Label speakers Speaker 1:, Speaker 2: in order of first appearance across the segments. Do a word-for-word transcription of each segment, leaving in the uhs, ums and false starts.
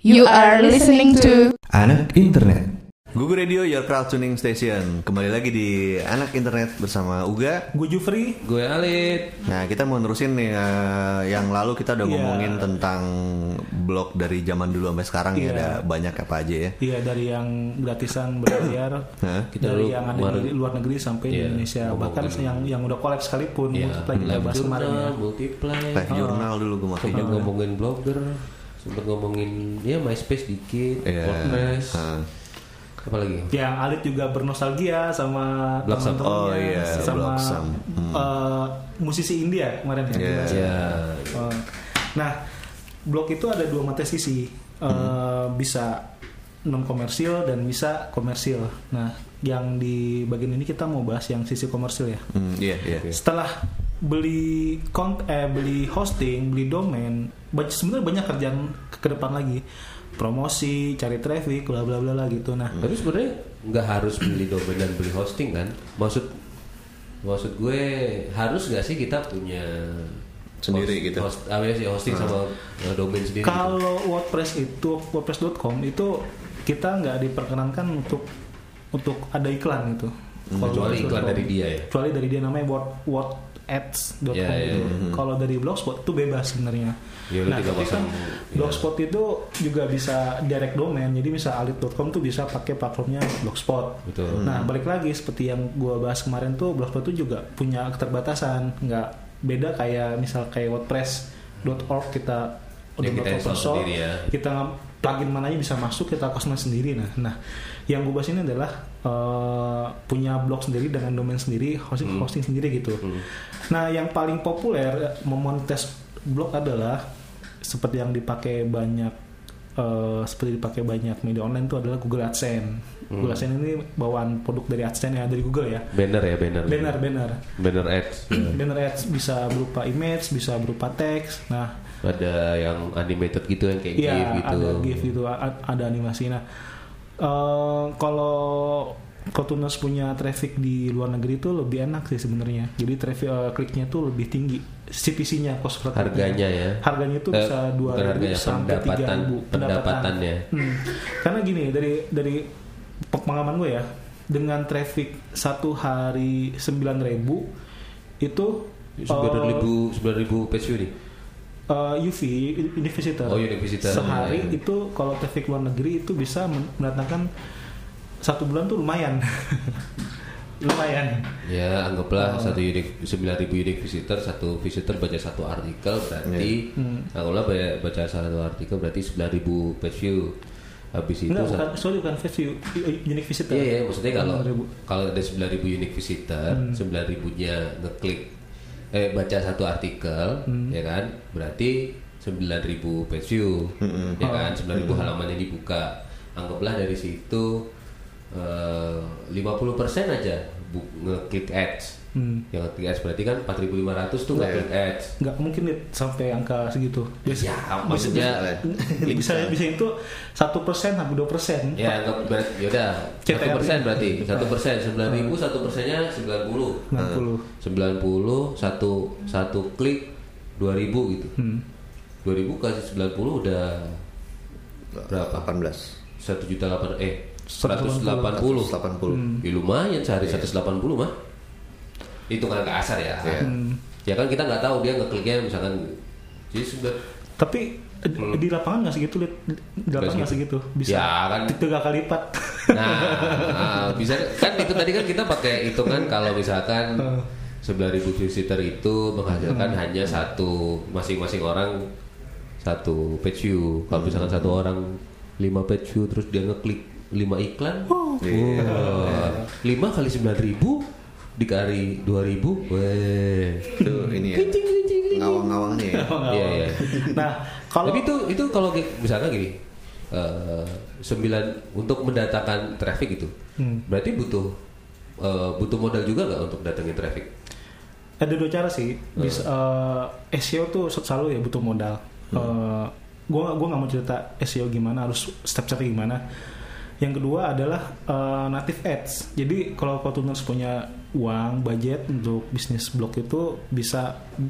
Speaker 1: You are listening to
Speaker 2: Anak Internet.
Speaker 3: Google Radio, your crowd tuning station. Kembali lagi di Anak Internet bersama Uga,
Speaker 4: gue Jufri,
Speaker 5: gue Alit.
Speaker 3: Nah, kita mau nerusin nih uh, yang lalu kita udah
Speaker 4: yeah.
Speaker 3: ngomongin tentang blog dari zaman dulu sampai sekarang
Speaker 4: yeah.
Speaker 3: ya, ada banyak apa aja ya.
Speaker 4: Iya, dari yang gratisan berbayar,
Speaker 3: kita
Speaker 4: dari yang ada kemarin, di luar negeri sampai yeah. di Indonesia, bahkan yang yang udah collab sekalipun.
Speaker 5: Yeah.
Speaker 4: Multiply kita bahas kemarin ya.
Speaker 5: Multiply.
Speaker 3: Live oh. jurnal dulu gue makin
Speaker 5: juga. Ngomongin blogger, sempat ngomongin ya MySpace dikit,
Speaker 3: yeah.
Speaker 5: WordPress.
Speaker 3: Uh.
Speaker 4: Apa lagi? Yang Alit juga bernostalgia sama teman-temannya,
Speaker 3: oh, iya.
Speaker 4: sama hmm. uh, musisi India kemarin ya.
Speaker 3: Yeah.
Speaker 5: Yeah.
Speaker 4: Uh, nah, blog itu ada dua mata sisi, uh, hmm. bisa non komersil dan bisa komersil. Nah, yang di bagian ini kita mau bahas yang sisi komersil ya.
Speaker 3: Hmm, yeah, yeah.
Speaker 4: Setelah beli kont eh beli hosting, beli domain, sebenarnya banyak kerjaan ke depan lagi. Promosi, cari traffic, bla bla bla gitu. Nah,
Speaker 5: tapi sebenarnya nggak harus beli domain dan beli hosting kan? Maksud maksud gue harus nggak sih kita punya
Speaker 3: sendiri
Speaker 5: host,
Speaker 3: gitu?
Speaker 5: Host, ah, ya sih hosting hmm. sama uh, domain sendiri.
Speaker 4: Kalau
Speaker 5: gitu.
Speaker 4: WordPress itu wordpress dot com itu kita nggak diperkenankan untuk untuk ada iklan gitu.
Speaker 5: Hmm, kecuali iklan dari dia ya.
Speaker 4: Kecuali dari dia namanya word word ads dot com
Speaker 5: yeah,
Speaker 4: itu.
Speaker 5: Yeah, yeah.
Speaker 4: Kalau dari Blogspot itu bebas sebenarnya.
Speaker 5: Ya,
Speaker 4: nah, tapi kan
Speaker 5: ya.
Speaker 4: Blogspot itu juga bisa direct domain. Jadi misal alit dot com tuh bisa pakai platformnya Blogspot.
Speaker 5: Betul.
Speaker 4: Nah, balik lagi seperti yang gua bahas kemarin tuh, Blogspot tuh juga punya keterbatasan. Nggak beda kayak misal kayak wordpress dot org kita
Speaker 5: udah ya, kita install sendiri ya.
Speaker 4: Kita plugin mana aja bisa masuk, kita customize sendiri. Nah, nah yang gue bahas ini adalah uh, punya blog sendiri dengan domain sendiri, hosting hmm. hosting sendiri gitu. Hmm. Nah, yang paling populer memonetize blog adalah seperti yang dipakai banyak uh, seperti dipakai banyak media online itu adalah Google AdSense. Hmm. Google AdSense ini bawaan produk dari AdSense ya, dari Google ya.
Speaker 5: Banner ya, banner.
Speaker 4: Banner, banner.
Speaker 5: Banner ads.
Speaker 4: Banner ads bisa berupa image, bisa berupa teks. Nah,
Speaker 5: ada yang animated gitu yang kayak
Speaker 4: ya,
Speaker 5: GIF gitu.
Speaker 4: Ada GIF gitu, ada animasi. Nah, uh, kalau Kotuners punya traffic di luar negeri itu lebih enak sih sebenarnya. Jadi traffic uh, kliknya tuh lebih tinggi. C P C-nya, cost per
Speaker 5: harganya ya.
Speaker 4: Harganya itu eh, bisa dua ribu sampai tiga ribu
Speaker 5: pendapatannya.
Speaker 4: Hmm. Karena gini, dari dari pengalaman gue ya, dengan traffic satu hari sembilan ribu itu
Speaker 5: sembilan ribu page view nih.
Speaker 4: Uh, U V, unique visitor.
Speaker 5: Oh, unique visitor.
Speaker 4: Sehari
Speaker 5: ya.
Speaker 4: itu kalau traffic luar negeri itu bisa mendatangkan satu bulan tuh lumayan. Lumayan.
Speaker 5: Ya, anggaplah uh, satu unique sembilan ribu unique visitor, satu visitor baca satu artikel berarti yeah. hmm. anggaplah baca satu artikel berarti sembilan ribu page view. Habis itu
Speaker 4: enggak, bukan, sorry bukan page view, unique visitor.
Speaker 5: Iya, yeah, yeah, maksudnya kalau kalau ada sembilan ribu unique visitor, hmm. sembilan ribunya ngeklik eh baca satu artikel, hmm. ya kan? Berarti sembilan ribu page view, hmm. ya kan? sembilan ribu hmm. halaman yang dibuka. Anggaplah dari situ uh, lima puluh persen aja bu- ngeklik ads. Hmm. Yang ngeklik ads berarti kan empat ribu lima ratus tuh ngeklik ads.
Speaker 4: Enggak mungkin nih sampai angka segitu.
Speaker 5: Bisa, ya, maksudnya
Speaker 4: bisa bisa, bisa itu satu persen sampai dua persen.
Speaker 5: Ya, anggap berarti yaudah satu persen berarti satu persen sembilan ribu satu persennya sembilan puluh. Sembilan puluh satu satu klik dua ribu gitu. Hmm. Dua ribu kasih sembilan puluh udah berapa?
Speaker 3: delapan belas.
Speaker 5: Satu juta delapan eh seratus delapan puluh.
Speaker 3: Delapan puluh.
Speaker 5: Ya lumayan sehari seratus delapan puluh mah. Itu kan nggak asar ya. Yeah. Hmm. Ya kan kita nggak tahu dia ngekliknya misalkan. Jadi sudah.
Speaker 4: Tapi hmm. di lapangan nggak segitu, di lapangan nggak segitu. Bisa.
Speaker 5: Ya kan.
Speaker 4: Tiga kali lipat.
Speaker 5: Nah, nah, bisa kan itu tadi kan kita pakai hitungan kalau misalkan sembilan ribu visitor itu menghasilkan hmm. hanya satu masing-masing orang satu page view. Kalau misalkan hmm. satu orang lima page view terus dia ngeklik lima iklan, oh. wow. lima kali sembilan ribu dikali dua ribu, weh,
Speaker 3: itu ini ya, ngawang-ngawangnya ya.
Speaker 5: Iya, iya.
Speaker 4: Nah, kalau
Speaker 5: tapi itu itu kalau misalnya gini, uh, sembilan untuk mendatangkan traffic itu, hmm. berarti butuh uh, butuh modal juga nggak untuk datangin traffic?
Speaker 4: Ada dua cara sih. Bisa uh, S E O tuh selalu ya butuh modal. Hmm. Uh, gue gue nggak mau cerita S E O gimana, harus step-stepnya gimana. Yang kedua adalah uh, native ads. Jadi kalau Kotuners punya uang budget untuk bisnis blog itu bisa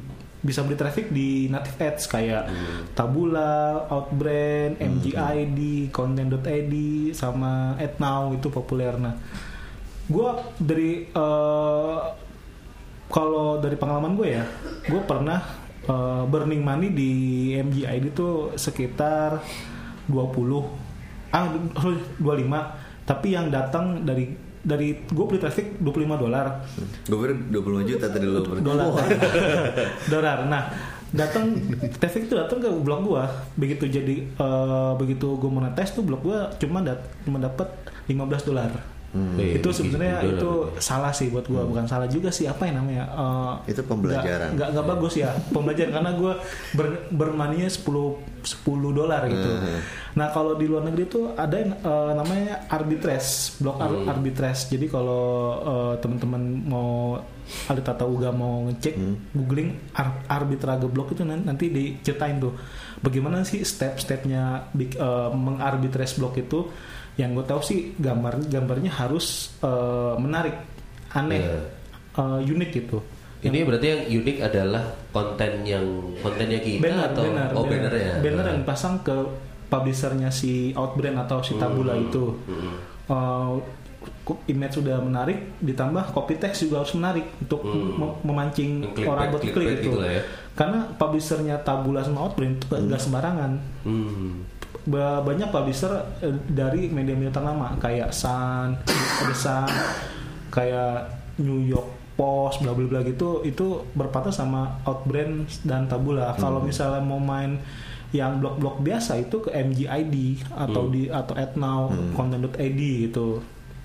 Speaker 4: bisa beli traffic di native ads kayak hmm. Taboola, Outbrain, M G I D, Content dot I D sama AdNow itu populer. Nah, gue dari uh, kalau dari pengalaman gue ya, gue pernah uh, burning money di M G I D tuh sekitar dua puluh ah dua puluh lima, tapi yang datang dari dari gue beli traffic dua puluh lima dolar.
Speaker 3: Gue beli dua puluh lima juta tadi lo
Speaker 4: dolar. Dolar. Nah, datang traffic itu datang ke blog gue. Begitu jadi uh, begitu gue monetize tuh blog gue cuma dat- cuma dapat lima belas dolar. Hmm. Itu sebenarnya itu salah sih buat gue, hmm. bukan salah juga sih, apa yang namanya? Uh,
Speaker 3: itu pembelajaran.
Speaker 4: Nggak nggak bagus ya pembelajaran karena gue ber, bermaninya sepuluh dolar gitu. Hmm. Nah kalau di luar negeri tuh ada yang uh, namanya arbitrage, blog hmm. arbitrage. Jadi kalau uh, teman-teman mau ada tata uga mau ngecek hmm. googling ar- arbitrage blog itu nanti diceritain tuh bagaimana sih step-stepnya uh, mengarbitrage blog itu. Yang gue tahu sih gambar gambarnya harus uh, menarik, aneh, yeah. uh, unik gitu.
Speaker 5: Ini yang, berarti yang unik adalah konten yang kontennya kita
Speaker 4: banner,
Speaker 5: atau
Speaker 4: banner,
Speaker 5: oh banner, banner ya?
Speaker 4: Banner yang dipasang ke publishernya si Outbrain atau si Taboola hmm. itu. Hmm. Uh, image sudah menarik, ditambah copy text juga harus menarik untuk hmm. mem- memancing click orang buat klik gitu. Ya. Karena publishernya Taboola sama Outbrain itu hmm. gak sembarangan. Hmm. Banyak publisher dari media-media ternama kayak Sun, ada Sun, kayak New York Post, bla bla bla gitu, itu berpartner sama Outbrain dan Taboola. Hmm. Kalau misalnya mau main yang blog-blog biasa itu ke M G I D atau hmm. di atau AdNow, hmm. Content dot I D gitu.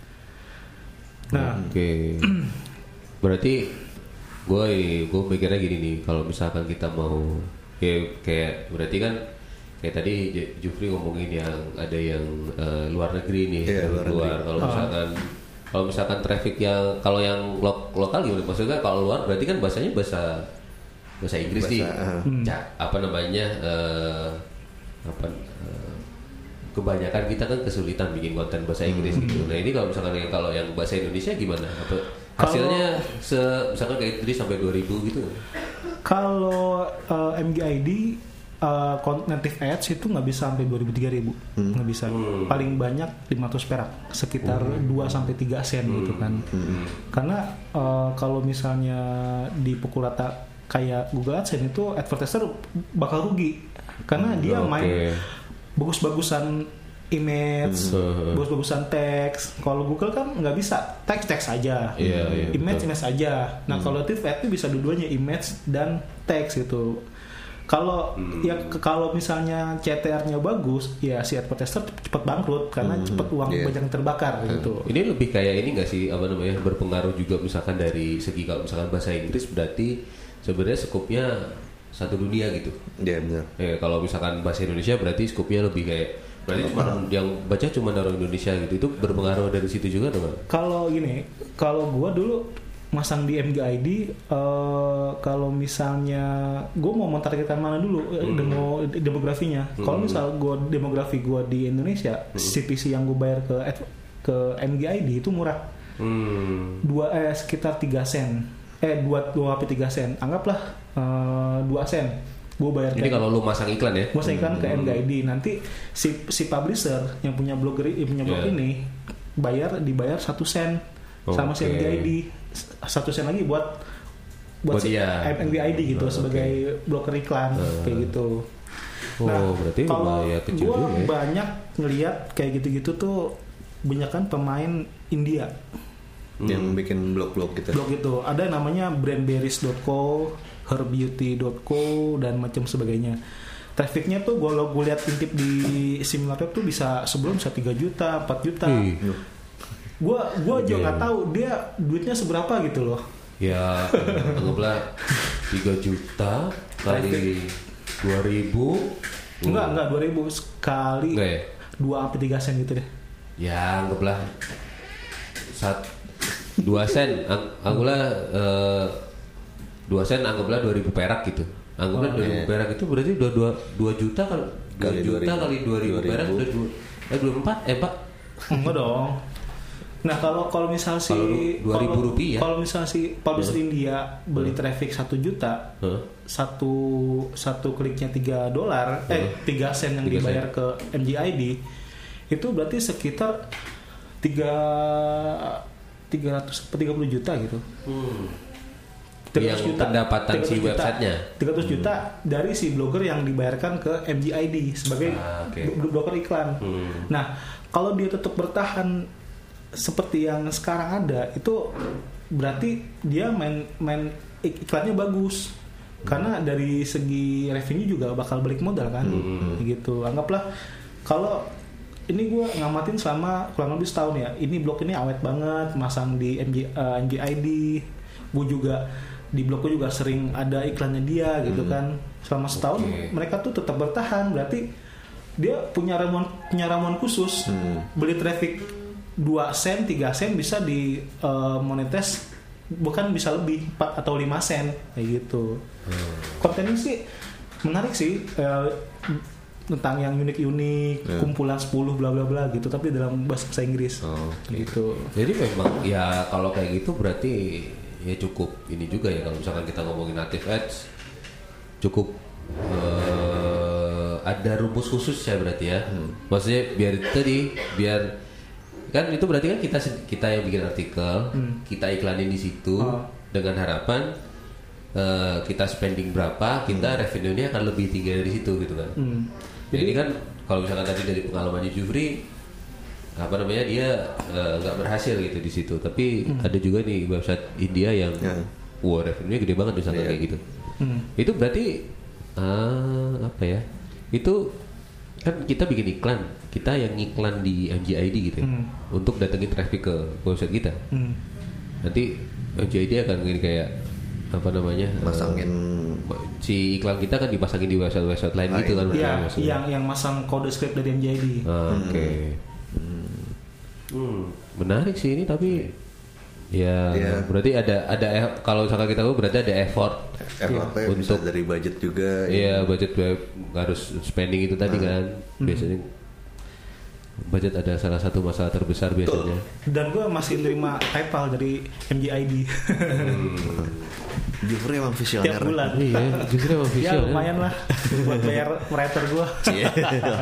Speaker 4: Nah,
Speaker 5: oke. Okay. Berarti gue gue mikirnya gini nih, kalau misalkan kita mau kayak kayak berarti kan kayak tadi Jufri ngomongin yang ada yang uh, luar negeri nih, yeah, luar. luar. Kalau misalkan oh. kalau misalkan traffic yang kalau yang lo, lokal gimana? Maksudnya kalau luar berarti kan bahasanya bahasa bahasa Inggris bahasa, nih. Uh. Ya, apa namanya? Uh, apa? Uh, kebanyakan kita kan kesulitan bikin konten bahasa Inggris hmm. gitu. Nah ini kalau misalkan yang kalau yang bahasa Indonesia gimana? Apa hasilnya se misalkan kayak tadi sampai dua ribu gitu?
Speaker 4: Kalau uh, M G I D Uh, native ads itu nggak bisa sampai dua ribu tiga ribu hmm. nggak bisa hmm. paling banyak lima ratus perak sekitar hmm. dua sampai tiga sen hmm. gitu kan hmm. karena uh, kalau misalnya dipukul rata kayak Google AdSense itu advertiser bakal rugi karena hmm. dia okay. main bagus-bagusan image, hmm. bagus-bagusan teks. Kalau Google kan nggak bisa teks-teks aja, yeah, yeah, image image aja. Nah hmm. kalau native ad itu bisa dua-duanya image dan teks gitu. Kalau hmm. ya kalau misalnya C T R-nya bagus, ya si advertiser cepat bangkrut karena hmm. cepat uang yeah. banyak yang terbakar hmm. gitu.
Speaker 5: Ini lebih kayak ini nggak sih apa namanya berpengaruh juga misalkan dari segi kalau misalkan bahasa Inggris berarti sebenarnya skupnya satu dunia gitu.
Speaker 3: Iya yeah, benar.
Speaker 5: Ya, kalau misalkan bahasa Indonesia berarti skupnya lebih kayak berarti cuma yang baca cuma orang Indonesia gitu. Itu berpengaruh dari situ juga dong.
Speaker 4: Kalau gini, kalau gua dulu masang di M G I D uh, kalau misalnya gue mau mentargetkan mana dulu hmm. demo demografinya hmm. kalau misal gue demografi gue di Indonesia hmm. C P C yang gue bayar ke ke M G I D itu murah hmm. dua eh sekitar tiga sen eh dua dua sampai tiga sen anggaplah uh, dua sen gue bayar.
Speaker 5: Jadi kalau lu masang iklan ya
Speaker 4: masang iklan hmm. ke M G I D nanti si si publisher yang punya blog yang punya blog yeah. ini bayar dibayar satu sen okay. sama si M G I D satu sen lagi buat buat, buat si M G I D gitu oh, sebagai okay. broker iklan uh. kayak gitu. Nah,
Speaker 5: oh, berarti
Speaker 4: kalau
Speaker 5: ya
Speaker 4: gue ya. banyak ngelihat kayak gitu-gitu tuh banyak kan pemain India
Speaker 3: hmm. yang bikin blog-blog gitu.
Speaker 4: Blog itu ada namanya brandberries dot co, herbeauty dot co dan macam sebagainya. Trafficnya tuh gue gue lihat intip di simulator tuh bisa sebelum bisa tiga juta, empat juta. Hmm. Gue gue juga nggak tahu dia duitnya seberapa gitu loh.
Speaker 5: Ya anggaplah tiga juta kali dua ribu.
Speaker 4: Enggak enggak dua ribu sekali
Speaker 5: ya?
Speaker 4: dua sampai tiga sen gitu deh.
Speaker 5: Ya anggaplah sat dua sen ang, anggaplah uh, dua sen anggaplah dua ribu perak gitu. Anggaplah oh, dua ribu iya. perak itu berarti dua dua dua juta kalau dua juta kali dua ribu perak udah dua eh dua empat eh Pak.
Speaker 4: Enggak dong. Nah kalau kalau misal si
Speaker 5: dua ribu rupiah.
Speaker 4: Kalau misal si publisher
Speaker 5: Hmm.
Speaker 4: India beli traffic satu juta,
Speaker 5: Huh?
Speaker 4: satu satu kliknya tiga dolar,
Speaker 5: Hmm.
Speaker 4: eh tiga sen yang
Speaker 5: tiga
Speaker 4: dibayar ke M G I D, itu berarti sekitar tiga tiga ratus tiga puluh juta gitu.
Speaker 5: Hmm.
Speaker 4: tiga ratus
Speaker 5: Yang
Speaker 4: juta.
Speaker 5: pendapatan si
Speaker 4: tiga ratus juta.
Speaker 5: websitenya.
Speaker 4: tiga ratus juta dari si blogger yang dibayarkan ke M G I D sebagai
Speaker 5: Ah, okay.
Speaker 4: bl- blogger iklan.
Speaker 5: Hmm.
Speaker 4: Nah, kalau dia tetap bertahan seperti yang sekarang ada, itu berarti dia main main ik- iklannya bagus. Karena dari segi revenue juga bakal balik modal kan.
Speaker 5: Hmm.
Speaker 4: Gitu. Anggaplah kalau ini gue ngamatin selama kurang lebih setahun ya. Ini blog ini awet banget, masang di M G, uh, M G I D. Gue juga di blogku juga sering ada iklannya dia gitu
Speaker 3: Hmm.
Speaker 4: kan. Selama setahun
Speaker 5: Oke.
Speaker 4: mereka tuh tetap bertahan. Berarti dia punya ramuan punya ramuan khusus.
Speaker 3: Hmm.
Speaker 4: Beli traffic dua sen, tiga sen bisa di uh, monetis, bukan bisa lebih empat atau lima sen kayak gitu.
Speaker 5: Hmm.
Speaker 4: Kontennya sih menarik sih. Uh, tentang yang unik-unik,
Speaker 3: Yeah.
Speaker 4: kumpulan sepuluh bla bla bla gitu, tapi dalam bahasa Inggris.
Speaker 3: Oh,
Speaker 4: Gitu.
Speaker 5: Jadi memang ya kalau kayak gitu berarti ya cukup ini juga ya kalau misalkan kita ngomongin native ads cukup uh, ada rumus khusus ya berarti ya. Hmm. Maksudnya biar tadi biar kan itu berarti kan kita kita yang bikin artikel,
Speaker 4: Hmm.
Speaker 5: kita iklanin di situ
Speaker 4: Oh.
Speaker 5: dengan harapan uh, kita spending berapa, kita
Speaker 3: Hmm.
Speaker 5: revenue-nya akan lebih tinggi dari situ gitu kan.
Speaker 4: Hmm.
Speaker 5: Jadi ini kan kalau misalkan tadi dari pengalamannya Jufri apa namanya dia eh, nggak berhasil gitu di situ, tapi
Speaker 4: Hmm.
Speaker 5: ada juga nih website India yang
Speaker 3: Ya.
Speaker 5: wah revenue-nya gede banget misalkan
Speaker 3: Iya.
Speaker 5: kayak gitu.
Speaker 4: Hmm.
Speaker 5: Itu berarti ah, apa ya? Itu kan kita bikin iklan, kita yang iklan di M G I D gitu ya,
Speaker 4: Hmm.
Speaker 5: untuk datengin traffic ke website kita.
Speaker 4: Hmm.
Speaker 5: Nanti M G I D akan gini kayak apa namanya? eh,
Speaker 3: Masangin
Speaker 5: si iklan kita kan dipasangin di website-website lain
Speaker 3: Ah,
Speaker 5: gitu kan
Speaker 4: Iya,
Speaker 5: maksudnya.
Speaker 4: yang yang masang kode script dari M G I D.
Speaker 5: Ah, Oke. Hmm, menarik sih ini tapi ya
Speaker 3: Iya.
Speaker 5: berarti ada ada e- kalau misalkan kita tahu berarti ada effort
Speaker 3: effortnya bisa
Speaker 5: Untuk-
Speaker 3: dari budget juga.
Speaker 5: Iya budget web harus spending itu tadi kan biasanya budget ada salah satu masalah terbesar biasanya.
Speaker 4: Dan gue masih nerima PayPal dari M G I D
Speaker 3: Jufri emang
Speaker 4: tiap
Speaker 3: visioner.
Speaker 4: bulan.
Speaker 5: Iya justru emang
Speaker 4: Ya
Speaker 5: visual
Speaker 4: lumayan lah buat bayar writer gue.
Speaker 3: Iya.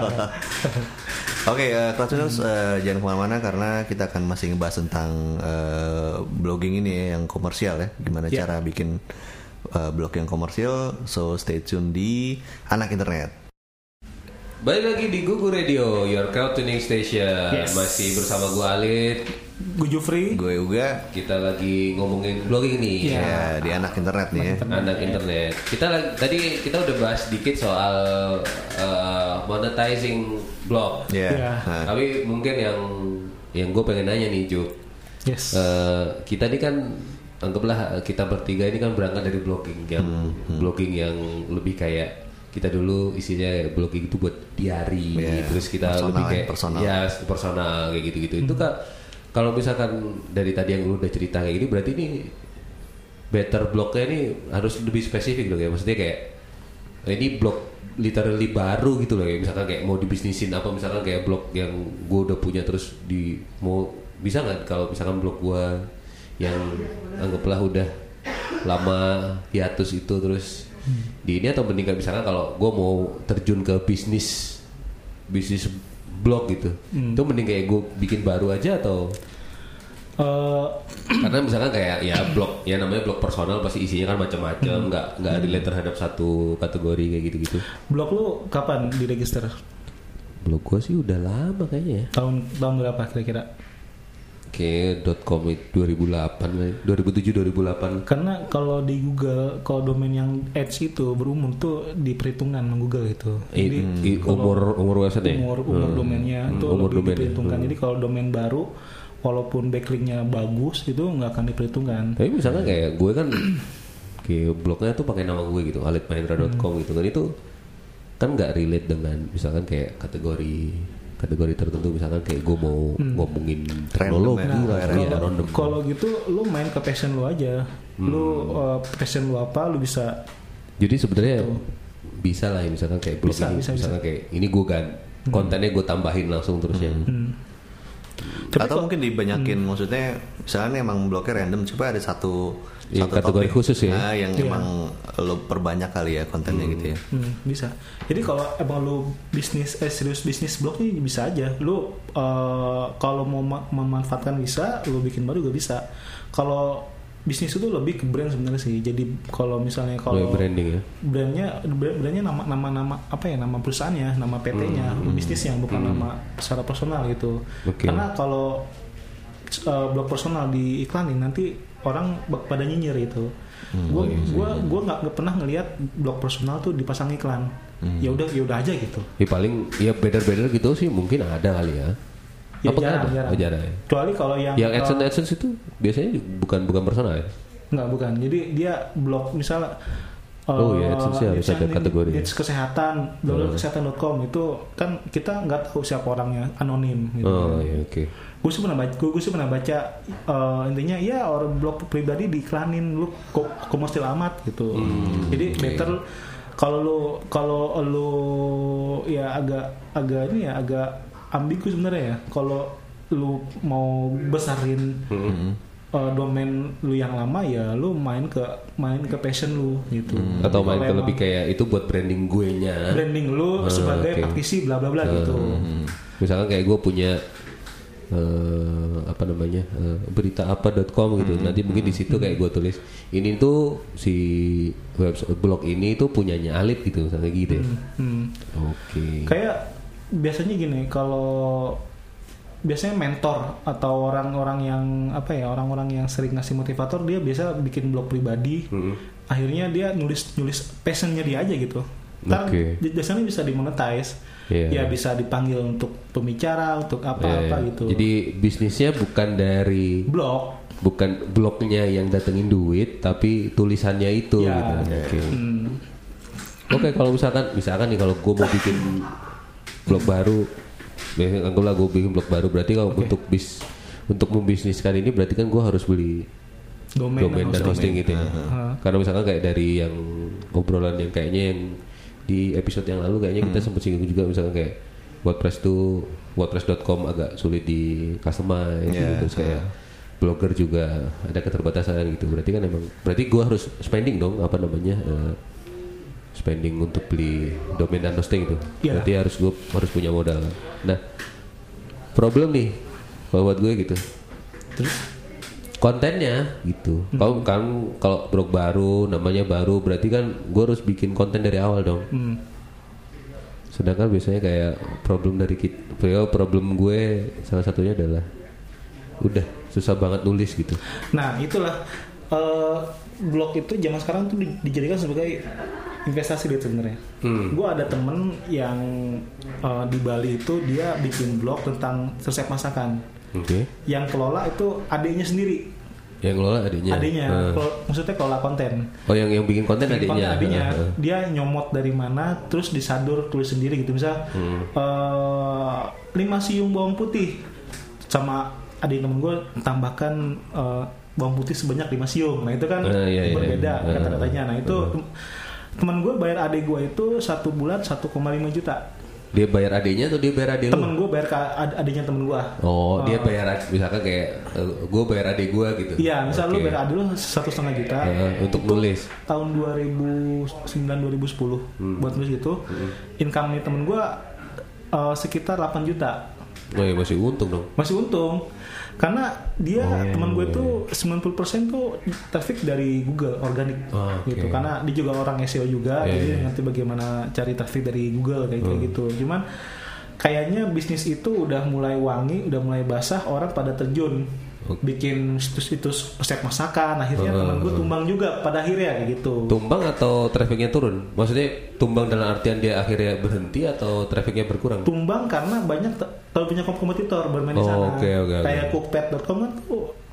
Speaker 3: Oke, eh, Crowdtuners, eh, jangan kemana-mana karena kita akan masih ngebahas tentang eh, blogging ini ya, yang komersial ya. Gimana
Speaker 4: Yeah.
Speaker 3: cara bikin eh, blog yang komersial. So stay tune di Anak Internet.
Speaker 5: Balik lagi di Gugu Radio, your crowd tuning station.
Speaker 4: Yes.
Speaker 5: Masih bersama gue Alit.
Speaker 4: Gue Jufri.
Speaker 3: Gue juga
Speaker 5: Kita lagi ngomongin blogging nih.
Speaker 4: Iya.
Speaker 3: ya di Anak Internet nih ya.
Speaker 5: Anak internet. Kita lagi, tadi kita udah bahas sedikit soal uh, monetizing blog.
Speaker 3: Iya.
Speaker 4: Iya.
Speaker 3: Nah,
Speaker 5: Tapi mungkin yang yang gue pengen nanya nih Ju,
Speaker 4: Yes.
Speaker 5: uh, kita ini kan anggaplah kita bertiga ini kan berangkat dari blogging yang blogging yang lebih kayak kita dulu isinya blogging itu buat diary,
Speaker 3: Iya,
Speaker 5: terus kita
Speaker 3: personal
Speaker 5: lebih
Speaker 3: ya,
Speaker 5: kayak
Speaker 3: personal.
Speaker 5: ya personal kayak gitu-gitu. Itu kak kalau misalkan dari tadi yang lu udah cerita kayak gini berarti ini better blognya ini harus lebih spesifik loh ya, maksudnya kayak ini blog literally baru gitu loh ya, misalkan kayak mau dibisnisin apa, misalkan kayak blog yang gue udah punya terus di mau bisa nggak kalau misalkan blog gue yang anggaplah udah lama hiatus itu terus di ini, atau mending kayak misalkan kalau gue mau terjun ke bisnis bisnis blog gitu, itu mending kayak gue bikin baru aja atau
Speaker 4: Eh,
Speaker 5: karena misalkan kayak ya blog ya namanya blog personal pasti isinya kan macam-macam, nggak nggak relate terhadap satu kategori kayak gitu-gitu.
Speaker 4: blog lu kapan diregister?
Speaker 5: Blog gue sih udah lama kayaknya ya.
Speaker 4: Tahun tahun berapa kira-kira?
Speaker 5: Kayak .com itu dua ribu delapan kali. dua ribu tujuh dua ribu delapan.
Speaker 4: Karena kalau di Google, kalau domain yang Edge itu berumur tuh diperhitungkan sama Google itu.
Speaker 5: I, i,
Speaker 4: kalau
Speaker 5: umur umur website ya.
Speaker 4: umur umur
Speaker 5: Hmm.
Speaker 4: domainnya
Speaker 5: Hmm,
Speaker 4: itu
Speaker 5: umur
Speaker 4: lebih
Speaker 5: domainnya.
Speaker 4: diperhitungkan.
Speaker 5: Hmm.
Speaker 4: Jadi kalau domain baru, walaupun backlinknya bagus itu nggak akan diperhitungkan.
Speaker 5: Tapi misalnya kayak gue kan kayak blognya tuh pakai nama gue gitu, alit mahendra dot com gitu kan, itu kan nggak relate dengan misalkan kayak kategori kategori tertentu, misalkan kayak gue mau ngomongin teknologi
Speaker 3: Random ya.
Speaker 5: lah,
Speaker 3: Nah,
Speaker 5: ya,
Speaker 4: Kalau
Speaker 5: random.
Speaker 4: kalau gitu lu main ke passion lu aja. Lu uh, passion lu apa, lu bisa
Speaker 5: Jadi sebenarnya bisa lah ya, misalkan kayak blog
Speaker 4: Bisa,
Speaker 5: ini,
Speaker 4: bisa,
Speaker 5: misalkan kayak ini gue kan kontennya gue tambahin langsung terus ya.
Speaker 4: hmm, Tapi
Speaker 3: Atau
Speaker 4: kok-
Speaker 3: mungkin dibanyakin, maksudnya misalnya emang blognya random, coba ada satu
Speaker 5: Yang
Speaker 3: satu
Speaker 5: kategori
Speaker 3: topik,
Speaker 5: khusus ya?
Speaker 3: nah, yang
Speaker 4: Iya.
Speaker 3: emang lo perbanyak kali ya kontennya gitu ya.
Speaker 4: Hmm, bisa. Jadi kalau emang lu bisnis eh serius bisnis blog nih bisa aja. Lu uh, kalau mau ma- memanfaatkan bisa, lu bikin baru juga bisa. Kalau bisnis itu lebih ke brand sebenarnya sih. Jadi kalau misalnya kalau
Speaker 5: branding ya.
Speaker 4: brandnya brand- brandnya nama nama nama apa ya, nama perusahaannya, nama P T-nya,
Speaker 5: Hmm.
Speaker 4: bisnisnya, bukan nama secara personal gitu.
Speaker 5: Oke.
Speaker 4: Karena kalau uh, blog personal diiklanin nanti orang bak- pada nyinyir gitu. Gue
Speaker 5: oh iya sih.
Speaker 4: gue gue nggak nggak pernah ngelihat blog personal tuh dipasang iklan. Ya udah ya udah aja gitu.
Speaker 5: Ya paling ya beda-beda gitu sih mungkin ada kali ya.
Speaker 4: Ya,
Speaker 5: Apa
Speaker 4: jarang,
Speaker 5: nggak ada?
Speaker 4: jarang.
Speaker 5: Oh, jarang ya.
Speaker 4: Kecuali kalau yang
Speaker 5: Yang
Speaker 4: uh,
Speaker 5: AdSense AdSense itu biasanya bukan bukan personal ya.
Speaker 4: nggak bukan. Jadi dia blog misalnya
Speaker 5: Oh, iya, AdSense ya harus
Speaker 4: niche-
Speaker 5: ada kategori.
Speaker 4: niche kesehatan, download kesehatan dot com itu kan kita nggak tahu siapa orangnya, anonim gitu.
Speaker 5: Oh iya oke.
Speaker 4: Gue sih pernah baca, gue sih pernah baca uh, intinya ya orang blog pribadi diiklanin, lu kok komersil amat gitu.
Speaker 5: Hmm,
Speaker 4: Jadi better kalau lu kalau lu ya agak agak ini ya agak ambigu sebenarnya ya. Kalau lu mau besarin uh, domain lu yang lama ya lu main ke main ke passion lu gitu.
Speaker 5: Atau main
Speaker 4: Kalau
Speaker 5: ke
Speaker 4: emang
Speaker 5: lebih kayak itu buat branding gue nya.
Speaker 4: branding lu
Speaker 5: Ah,
Speaker 4: sebagai
Speaker 5: oke.
Speaker 4: praktisi bla bla bla gitu.
Speaker 5: Misalkan kayak gue punya eh, apa namanya eh, berita apa dot com gitu. Nanti mungkin di situ kayak gue tulis ini tuh si website blog ini tuh punyanya Alif gitu misalnya gitu. Ya.
Speaker 4: Hmm.
Speaker 5: Oke.
Speaker 4: Kayak biasanya gini, kalau biasanya mentor atau orang-orang yang apa ya, orang-orang yang sering ngasih motivator, dia biasa bikin blog pribadi.
Speaker 5: Hmm.
Speaker 4: Akhirnya dia nulis nulis passionnya dia aja gitu. Ntar
Speaker 5: Oke.
Speaker 4: biasanya bisa dimonetize.
Speaker 5: Iya.
Speaker 4: Ya bisa dipanggil untuk pembicara, untuk apa-apa
Speaker 5: Eh,
Speaker 4: gitu.
Speaker 5: Jadi bisnisnya bukan dari
Speaker 4: blog.
Speaker 5: bukan blognya yang datengin duit tapi tulisannya itu
Speaker 4: Ya.
Speaker 5: gitu. Oke.
Speaker 4: Hmm.
Speaker 5: Oke, kalau misalkan misalkan nih kalau gue mau bikin blog baru, biasanya anggaplah gue bikin blog baru, berarti kalau
Speaker 4: Oke.
Speaker 5: untuk bis untuk membisniskan ini berarti kan gue harus beli
Speaker 4: Domain,
Speaker 5: domain dan hosting gitu ya.
Speaker 4: Heeh.
Speaker 5: Karena misalkan kayak dari yang obrolan yang kayaknya yang di episode yang lalu kayaknya kita sempat singgung juga, misalkan kayak WordPress tuh wordpress dot com agak sulit di customize
Speaker 3: Yeah.
Speaker 5: gitu. Terus kayak blogger juga ada keterbatasan gitu. Berarti kan emang berarti gue harus spending dong apa namanya eh, spending untuk beli domain dan hosting itu.
Speaker 4: Iya.
Speaker 5: Berarti harus gue harus punya modal. Nah, problem nih kalau buat gue gitu. Kontennya gitu. Kalau kan kalau blog baru namanya baru berarti kan gue harus bikin konten dari awal dong.
Speaker 4: Hmm.
Speaker 5: Sedangkan biasanya kayak problem dari kita, problem gue salah satunya adalah udah susah banget nulis gitu.
Speaker 4: Nah itulah eh, blog itu zaman sekarang tuh di- dijadikan sebagai investasi duit sebenarnya.
Speaker 5: Hmm.
Speaker 4: Gue ada temen yang eh, di Bali itu dia bikin blog tentang resep masakan.
Speaker 5: Oke.
Speaker 4: Yang kelola itu adiknya sendiri.
Speaker 5: Yang ngelola adiknya.
Speaker 4: Adiknya,
Speaker 5: Eh.
Speaker 4: kelo- maksudnya kelola konten.
Speaker 5: Oh yang yang bikin konten
Speaker 4: Bikin
Speaker 5: adiknya.
Speaker 4: konten adiknya,
Speaker 5: Eh, eh.
Speaker 4: dia nyomot dari mana, terus disadur tulis sendiri gitu. Misal
Speaker 5: Hmm.
Speaker 4: eh, lima siung bawang putih, sama adik temen gue tambahkan eh, bawang putih sebanyak lima siung. Nah itu kan
Speaker 5: Eh, iya, iya.
Speaker 4: berbeda
Speaker 5: Eh,
Speaker 4: kata-katanya. Nah itu
Speaker 5: eh.
Speaker 4: tem- temen gue bayar adik gue itu satu bulan satu koma lima juta.
Speaker 5: Dia bayar adiknya atau dia bayar adik lu?
Speaker 4: Temen gue bayar ke ad- adiknya temen gue.
Speaker 5: Oh, dia
Speaker 4: Eh,
Speaker 5: bayar ad- misalkan kayak gue bayar adik gue gitu.
Speaker 4: Iya, misal lu
Speaker 5: Oke.
Speaker 4: bayar adik lu satu setengah juta
Speaker 5: Eh, untuk
Speaker 4: itu
Speaker 5: nulis.
Speaker 4: tahun dua ribu sembilan dua ribu sepuluh
Speaker 5: Hmm.
Speaker 4: buat nulis gitu. Income nih temen gue uh, sekitar delapan juta.
Speaker 5: Oh ya masih untung dong.
Speaker 4: Masih untung. Karena dia
Speaker 5: Oh,
Speaker 4: teman gue
Speaker 5: iya.
Speaker 4: tuh sembilan puluh persen tuh traffic dari Google organik
Speaker 5: Oh, oke.
Speaker 4: gitu. Karena dia juga orang S E O juga,
Speaker 5: Iya,
Speaker 4: jadi
Speaker 5: iya.
Speaker 4: ngerti bagaimana cari traffic dari Google kayak kayak
Speaker 5: Hmm.
Speaker 4: gitu. Cuman kayaknya bisnis itu udah mulai wangi, udah mulai basah, orang pada terjun
Speaker 5: Oke.
Speaker 4: bikin situs-situs resep masakan. Akhirnya
Speaker 5: Hmm.
Speaker 4: teman gue tumbang juga pada akhirnya kayak gitu.
Speaker 5: Tumbang atau trafficnya turun? Maksudnya tumbang dalam artian dia akhirnya berhenti atau trafficnya berkurang?
Speaker 4: Tumbang karena banyak te- kalau punya kompetitor bermain di
Speaker 5: Oh,
Speaker 4: sana.
Speaker 5: oke, oke, oke.
Speaker 4: Kayak cookpad dot com kan tuh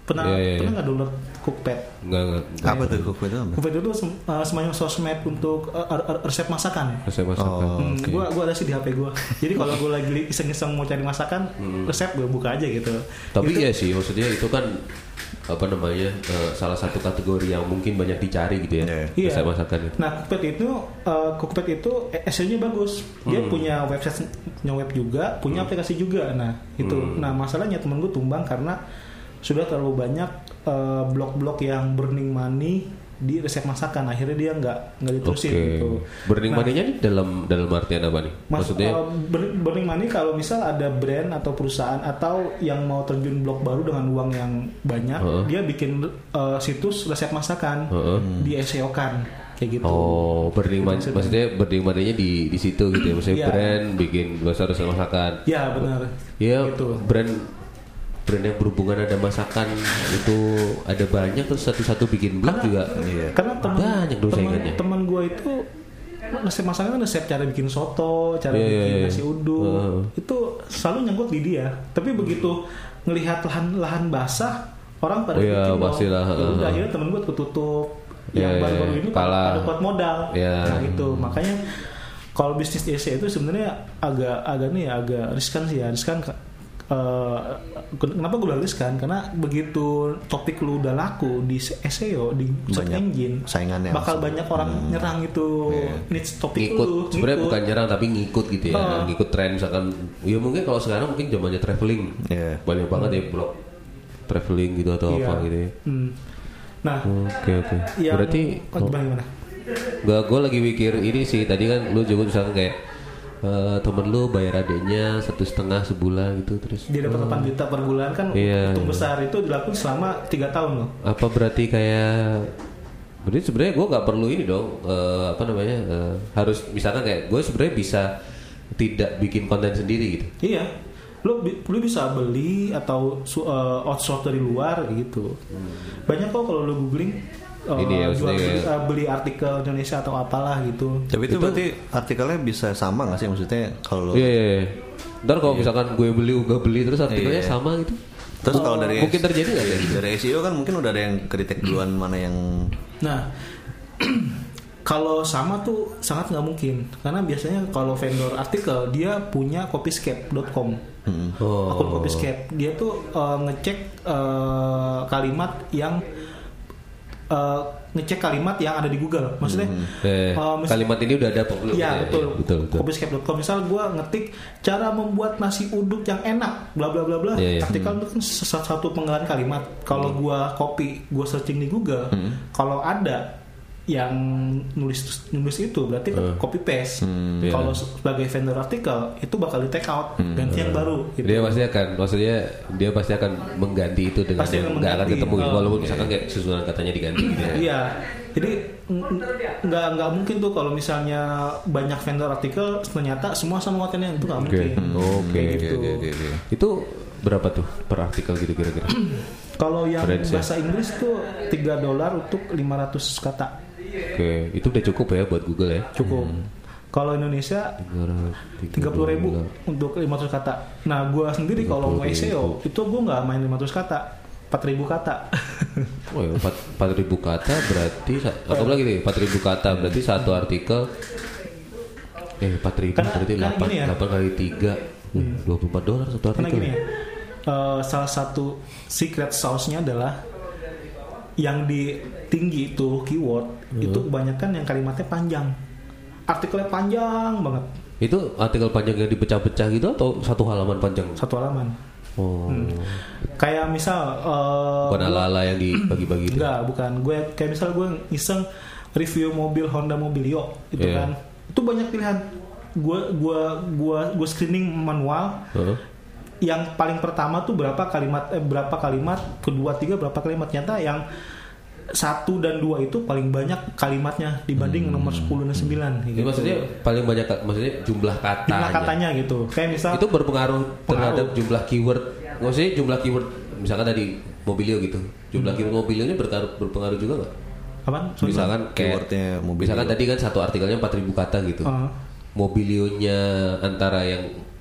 Speaker 4: Pernah
Speaker 5: Iya, iya,
Speaker 4: pernah
Speaker 5: iya.
Speaker 4: nggak download Cookpad?
Speaker 5: Enggak enggak.
Speaker 3: Apa tuh Cookpad itu apa?
Speaker 4: Cookpad itu sem- uh, semacam sosmed untuk uh, uh, resep masakan.
Speaker 5: Resep masakan.
Speaker 3: Oh,
Speaker 4: Hmm,
Speaker 3: oke.
Speaker 4: gua gua ada sih di H P gua. Jadi kalau gua lagi iseng-iseng mau cari masakan, resep gua buka aja gitu.
Speaker 5: Tapi
Speaker 4: Itu-
Speaker 5: ya sih, maksudnya itu kan apa namanya eh, salah satu kategori yang mungkin banyak dicari gitu ya.
Speaker 3: Iya.
Speaker 4: Iya.
Speaker 5: Resep masakan itu.
Speaker 4: Nah, Cookpad itu uh, Cookpad itu S E O-nya bagus. Dia
Speaker 5: Hmm.
Speaker 4: punya website, punya web juga, punya aplikasi juga. Nah, itu.
Speaker 5: Hmm.
Speaker 4: Nah, masalahnya temen gue tumbang karena sudah terlalu banyak uh, blog-blog yang burning money di resep masakan. Akhirnya dia nggak nggak
Speaker 5: Oke.
Speaker 4: diterusin gitu.
Speaker 5: Burning
Speaker 4: Nah,
Speaker 5: money-nya nih dalam dalam artian apa nih?
Speaker 4: Mas,
Speaker 5: Maksudnya
Speaker 4: uh, ber- burning money kalau misal ada brand atau perusahaan atau yang mau terjun blog baru dengan uang yang banyak,
Speaker 5: Heeh.
Speaker 4: dia bikin uh, situs resep masakan,
Speaker 5: Heeh.
Speaker 4: di S E O kan kayak gitu.
Speaker 5: Oh, burning money,
Speaker 4: Maksudnya.
Speaker 5: maksudnya burning money-nya di di situ gitu ya. Maksudnya
Speaker 4: Iya.
Speaker 5: brand bikin besar resep masakan.
Speaker 4: Ya benar.
Speaker 5: Ya,
Speaker 4: Gitu.
Speaker 5: brand brand yang berhubungan ada masakan itu ada banyak terus satu-satu bikin blog juga.
Speaker 3: Iya.
Speaker 4: Karena teman
Speaker 5: Banyak dong
Speaker 4: teman
Speaker 5: saingannya.
Speaker 4: teman gue itu resep masakan kan resep cara bikin soto, cara
Speaker 5: Iya,
Speaker 4: bikin
Speaker 5: iya, iya.
Speaker 4: nasi uduk,
Speaker 5: Heeh.
Speaker 4: itu selalu nyangkut di dia. Tapi begitu ngelihat lahan-lahan basah, orang pada
Speaker 5: Oh, iya,
Speaker 4: bikin dong.
Speaker 5: pastilah,
Speaker 4: Ya udah,
Speaker 5: heeh.
Speaker 4: akhirnya temen gue ketutup.
Speaker 5: Iya,
Speaker 4: Yang
Speaker 5: iya,
Speaker 4: baru-baru
Speaker 5: iya.
Speaker 4: ini
Speaker 5: Kalah.
Speaker 4: pada pada kuat modal.
Speaker 5: Iya.
Speaker 4: Nah itu makanya kalau bisnis di S E O itu sebenarnya agak agak nih agak riskan sih ya, riskan. Eh, kenapa gue bilang riskan? Karena begitu topik lu udah laku di S E O di search
Speaker 3: Banyak
Speaker 4: engine,
Speaker 3: saingannya
Speaker 4: bakal
Speaker 3: langsung.
Speaker 4: banyak orang
Speaker 3: Hmm.
Speaker 4: nyerang itu
Speaker 3: Iya.
Speaker 4: niche topik
Speaker 5: Ngikut,
Speaker 4: lu.
Speaker 5: sebenarnya
Speaker 4: ngikut.
Speaker 5: bukan nyerang tapi ngikut gitu ya.
Speaker 4: Oh.
Speaker 5: Ngikut tren misalkan. Ya mungkin kalau sekarang mungkin zamannya traveling.
Speaker 3: Iya.
Speaker 5: Banyak banget ya blog traveling gitu atau
Speaker 4: Iya.
Speaker 5: apa gitu ya.
Speaker 4: Hmm. Nah,
Speaker 5: Oke oke.
Speaker 4: yang
Speaker 5: Berarti
Speaker 4: oh, gimana gimana?
Speaker 5: Gak, gue lagi mikir ini sih. Tadi kan lu juga misalkan kayak eh, temen lu bayar adeknya satu setengah sebulan gitu terus.
Speaker 4: Dia dapat delapan juta per bulan kan,
Speaker 5: Iya,
Speaker 4: untung
Speaker 5: iya.
Speaker 4: besar itu dilakukan selama tiga tahun loh.
Speaker 5: Apa berarti kayak berarti sebenarnya gue nggak perlu ini dong eh, apa namanya eh, harus misalkan kayak gue sebenarnya bisa tidak bikin konten sendiri gitu.
Speaker 4: Iya, lu bi- lu bisa beli atau su- uh, outsource dari luar gitu. Banyak kok kalau lu googling uh,
Speaker 5: Ini ya,
Speaker 4: jual
Speaker 5: maksudnya
Speaker 4: beli,
Speaker 5: kayak-
Speaker 4: uh, beli artikel Indonesia atau apalah gitu.
Speaker 3: Tapi itu, berarti artikelnya bisa sama nggak sih maksudnya kalau
Speaker 5: Iya iya. iya. Ntar kalau misalkan gue beli gue beli terus artikelnya
Speaker 3: Iya.
Speaker 5: sama gitu.
Speaker 3: terus kalau dari
Speaker 5: Mungkin terjadi nggak ya?
Speaker 3: dari S E O kan mungkin udah ada yang kedetek duluan mana yang
Speaker 4: Nah, kalau sama tuh sangat nggak mungkin karena biasanya kalau vendor artikel dia punya copyscape dot com.
Speaker 5: Oh.
Speaker 4: Akun copyscape dia tuh uh, ngecek uh, kalimat yang uh, ngecek kalimat yang ada di Google. Maksudnya
Speaker 5: Eh,
Speaker 4: uh, mis-
Speaker 5: kalimat ini udah ada apa belum?
Speaker 4: Iya
Speaker 5: Ya,
Speaker 4: betul.
Speaker 5: ya, betul betul.
Speaker 4: copyscape dot com misal gue ngetik cara membuat nasi uduk yang enak, bla bla bla bla.
Speaker 5: Iya, iya.
Speaker 4: Artikel itu kan salah satu penggalan kalimat. Kalau gue copy, gue searching di Google, kalau ada yang nulis nulis itu berarti kan copy paste.
Speaker 5: iya.
Speaker 4: Kalau sebagai vendor artikel itu bakal di take out, ganti yang baru. Gitu.
Speaker 5: Dia pasti akan, maksudnya dia pasti akan mengganti itu dengan
Speaker 4: Pasti
Speaker 5: yang
Speaker 4: akan
Speaker 5: nggak akan
Speaker 4: mengganti.
Speaker 5: ketemu gitu.
Speaker 4: Oh,
Speaker 5: Walaupun
Speaker 4: iya.
Speaker 5: misalkan kayak susunan katanya diganti gitu ya.
Speaker 4: Iya, jadi n- n- nggak nggak mungkin tuh kalau misalnya banyak vendor artikel ternyata semua sama kontennya itu nggak
Speaker 5: Oke.
Speaker 4: mungkin.
Speaker 5: Oke,
Speaker 4: Kayak
Speaker 3: oke,
Speaker 4: gitu.
Speaker 3: oke, oke, oke.
Speaker 5: Itu berapa tuh per artikel gitu kira-kira?
Speaker 4: Kalau yang
Speaker 5: Range ya?
Speaker 4: bahasa Inggris tuh tiga dolar untuk lima ratus kata
Speaker 5: Oke, itu udah cukup ya buat Google ya?
Speaker 4: cukup. Kalau Indonesia tiga puluh ribu untuk lima ratus kata. Nah, gua sendiri kalau mau S E O itu gua nggak main lima ratus kata, empat ribu kata.
Speaker 5: Oh ya, empat ribu kata berarti atau lagi nih empat ribu kata berarti satu artikel eh empat ribu
Speaker 4: Karena-
Speaker 5: berarti
Speaker 4: karena
Speaker 5: delapan
Speaker 4: gini ya.
Speaker 5: delapan kali tiga dua puluh empat dolar satu
Speaker 4: Karena
Speaker 5: artikel.
Speaker 4: gini ya, eh, salah satu secret sauce-nya adalah yang di tinggi itu keyword itu kebanyakan yang kalimatnya panjang, artikelnya panjang banget,
Speaker 5: Itu artikel panjang yang dipecah-pecah gitu atau satu halaman panjang?
Speaker 4: satu halaman.
Speaker 5: Oh.
Speaker 4: Kayak misal eh,
Speaker 5: Bukan ala-ala yang dibagi-bagi itu.
Speaker 4: enggak, bukan. Gue kayak misal gue iseng review mobil Honda Mobilio itu
Speaker 5: Iya.
Speaker 4: kan. Itu banyak pilihan. Gue gua gua gue screening manual.
Speaker 5: Heeh.
Speaker 4: Yang paling pertama tuh berapa kalimat eh, berapa kalimat, kedua tiga berapa kalimat. Nyata yang satu dan dua itu paling banyak kalimatnya dibanding nomor sepuluh dan sembilan
Speaker 5: Ini
Speaker 4: gitu.
Speaker 5: maksudnya paling banyak maksudnya jumlah katanya.
Speaker 4: Jumlah katanya gitu. Kayak misal
Speaker 5: Itu berpengaruh terhadap
Speaker 4: Pengaruh.
Speaker 5: jumlah keyword. Maksudnya jumlah keyword misalkan tadi mobilio gitu. Jumlah
Speaker 4: Hmm.
Speaker 5: keyword mobilio ini berpengaruh, berpengaruh juga nggak?
Speaker 4: apaan? Sorry.
Speaker 5: Misalkan kayak
Speaker 3: Keywordnya mobilio.
Speaker 5: misalkan tadi kan satu artikelnya empat ribu kata gitu.
Speaker 4: Uh,
Speaker 5: Mobilionya antara yang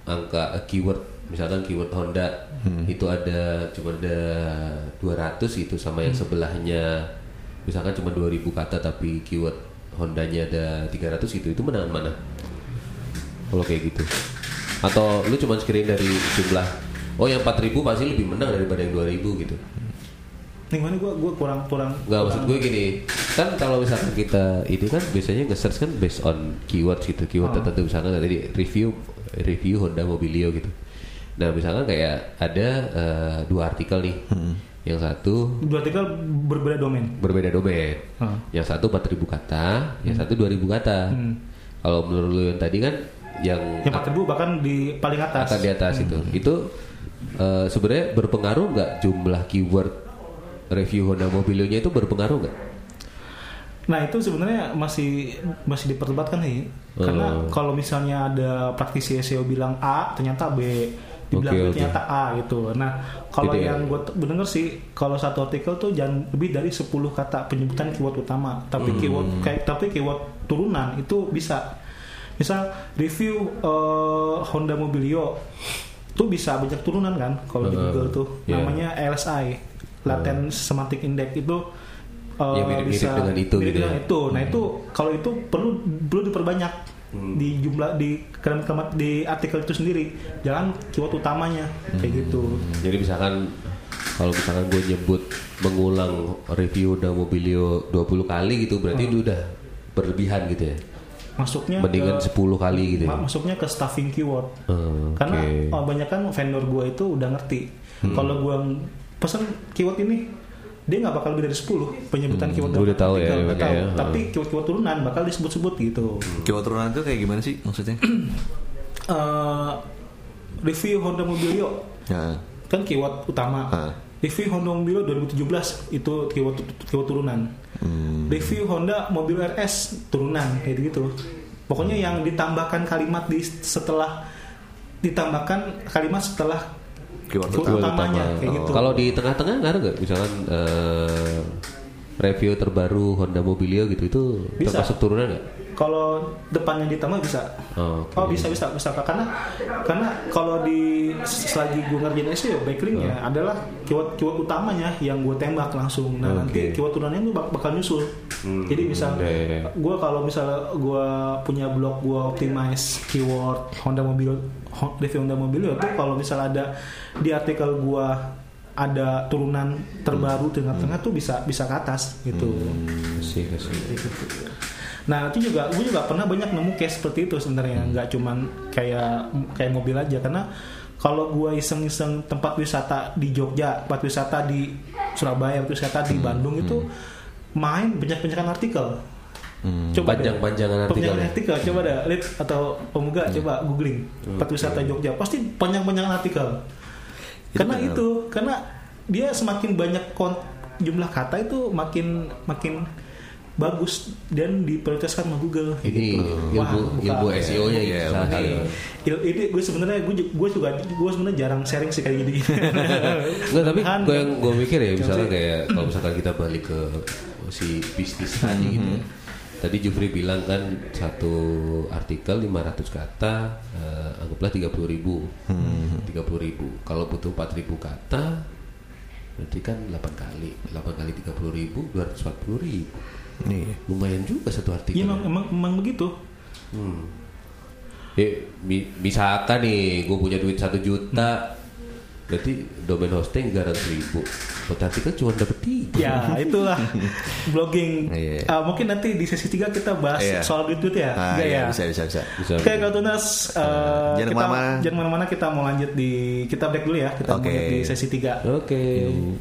Speaker 5: angka uh, keyword, misalkan keyword Honda hmm. itu ada cuma ada dua ratus gitu, sama yang sebelahnya misalkan cuma dua ribu kata tapi keyword Hondanya ada tiga ratus gitu, itu menang mana? Kalau kayak gitu. Atau lu cuma screen dari jumlah, oh yang empat ribu pasti lebih menang daripada yang dua ribu gitu.
Speaker 4: Nih mana gue gue kurang kurang.
Speaker 5: Gak, maksud gue gini, kan kalau misalkan kita ini kan biasanya nge-search kan based on keywords gitu, keyword oh. tertentu, misalkan tadi review review Honda Mobilio gitu. Nah misalkan kayak ada uh, dua artikel nih, hmm. yang satu
Speaker 4: dua artikel berbeda domain.
Speaker 5: Berbeda domain. Hmm. Yang satu empat ribu kata, hmm. yang satu dua ribu kata. Hmm. Kalau menurut lu yang tadi kan yang
Speaker 4: empat ribu bahkan di paling atas.
Speaker 5: Akan di atas hmm. itu. Itu uh, sebenarnya berpengaruh nggak jumlah keyword review Honda Mobilio-nya itu berpengaruh nggak?
Speaker 4: Nah itu sebenarnya masih masih diperdebatkan nih, uh. karena kalau misalnya ada praktisi S E O bilang A, ternyata B, dibilang okay, B okay. ternyata A gitu. Nah kalau Jadi, yang gue t- bener sih, kalau satu artikel tuh jangan lebih dari sepuluh kata penyebutan keyword utama, tapi hmm. keyword kayak tapi keyword turunan itu bisa. Misal review uh, Honda Mobilio tuh bisa banyak turunan kan kalau uh, di Google tuh, yeah. namanya L S I, Latent uh. Semantic Index itu. Uh,
Speaker 5: ya mirip-mirip
Speaker 4: bisa
Speaker 5: dengan itu
Speaker 4: mirip
Speaker 5: gitu
Speaker 4: dengan
Speaker 5: ya.
Speaker 4: itu. Nah hmm. itu kalau itu perlu perlu diperbanyak hmm. di jumlah di kalimat di artikel itu sendiri, jangan keyword utamanya hmm. kayak gitu.
Speaker 5: Jadi misalkan kalau misalkan gue nyebut mengulang review Honda Mobilio dua puluh kali gitu, berarti hmm. itu udah berlebihan gitu ya.
Speaker 4: Masuknya
Speaker 5: mendingan
Speaker 4: ke,
Speaker 5: sepuluh kali gitu ya.
Speaker 4: Masuknya ke stuffing keyword.
Speaker 5: Hmm,
Speaker 4: Karena
Speaker 5: okay.
Speaker 4: oh, banyak kan vendor gue itu udah ngerti. Hmm. Kalau gue pesen keyword ini, dia nggak bakal lebih dari sepuluh penyebutan hmm, keyword.
Speaker 5: Udah tahu ya,
Speaker 4: udah tahu.
Speaker 5: Ya.
Speaker 4: Tapi keyword-keyword turunan bakal disebut-sebut gitu.
Speaker 3: Hmm. Keyword turunan itu kayak gimana sih maksudnya?
Speaker 4: uh, review Honda Mobilio
Speaker 3: ya.
Speaker 4: Kan keyword utama. Ha. Review Honda Mobilio dua ribu tujuh belas itu keyword keyword turunan. Hmm. Review Honda Mobilio R S turunan kayak gitu. Pokoknya hmm. yang ditambahkan kalimat di setelah ditambahkan kalimat setelah
Speaker 3: keyword
Speaker 4: utamanya kayak
Speaker 5: oh.
Speaker 4: gitu.
Speaker 5: Kalau di tengah-tengah ngaruh nggak? Misalkan uh, review terbaru Honda Mobilio gitu, itu bisa. Termasuk turunan nggak?
Speaker 4: Kalau depannya ditambah bisa.
Speaker 5: Oh, okay.
Speaker 4: oh bisa bisa bisa karena karena kalau di selagi gue ngerjain S E O backlinknya oh. adalah keyword keyword utamanya yang gue tembak langsung. Nah okay. nanti keyword turunannya gue bakal nyusul. Hmm. Jadi misal okay. gue kalau misalnya gue punya blog gue optimize keyword Honda Mobilio, review Honda Mobilio itu kalau misalnya ada di artikel gue ada turunan terbaru tengah-tengah tuh bisa bisa ke atas gitu.
Speaker 5: Hmm. Kasih, kasih.
Speaker 4: Nah itu juga gue juga pernah banyak nemu case seperti itu sebenarnya, nggak cuman kayak kayak mobil aja, karena kalau gue iseng-iseng tempat wisata di Jogja, tempat wisata di Surabaya, tempat wisata di Bandung hmm. itu main banyak-banyakan artikel.
Speaker 5: Hmm. Coba panjang-panjangan artikel.
Speaker 4: Panjang artikel, coba dah lihat atau Pemuga hmm. coba googling tempat okay. wisata Jogja, pasti panjang-panjangan artikel. Itu karena benar. itu, karena dia semakin banyak kont- jumlah kata itu makin makin bagus dan diprioritaskan sama Google.
Speaker 5: Ini
Speaker 4: gitu.
Speaker 5: ilmu
Speaker 4: Wah,
Speaker 5: ilmu S E O-nya gitu.
Speaker 3: Ya,
Speaker 4: ini, ini gue sebenarnya gue gue juga gue sebenarnya jarang sharing sih kayak gini.
Speaker 5: Enggak, tapi gue yang gue mikir ya, misalnya kayak kalau misalkan kita balik ke si bisnis tadi gitu. Tadi Jufri bilang kan satu artikel lima ratus kata, uh, anggaplah tiga puluh ribu. Hmm. tiga puluh ribu. Kalau butuh empat ribu kata, berarti kan delapan kali. delapan kali tiga puluh ribu, dua ratus empat puluh ribu. Nih, lumayan juga satu artikel.
Speaker 4: Iya, emang, emang, emang begitu.
Speaker 5: Hmm. Eh, misalkan nih, gue punya duit satu juta, berarti domain hosting tiga ratus ribu. Buat artikel cuma dapet tiga.
Speaker 4: Ya, itulah blogging. uh, Mungkin nanti di sesi tiga kita bahas yeah. soal duit-duit ya.
Speaker 3: Ah, iya, ya. Bisa, bisa, bisa.
Speaker 4: bisa Oke, kalau Tunas, uh,
Speaker 3: jangan
Speaker 4: kita,
Speaker 3: kemana-mana.
Speaker 4: Jangan kemana-mana, kita mau lanjut di, kita break dulu ya. Kita
Speaker 3: okay.
Speaker 4: mau lanjut di sesi tiga.
Speaker 5: Oke. Okay.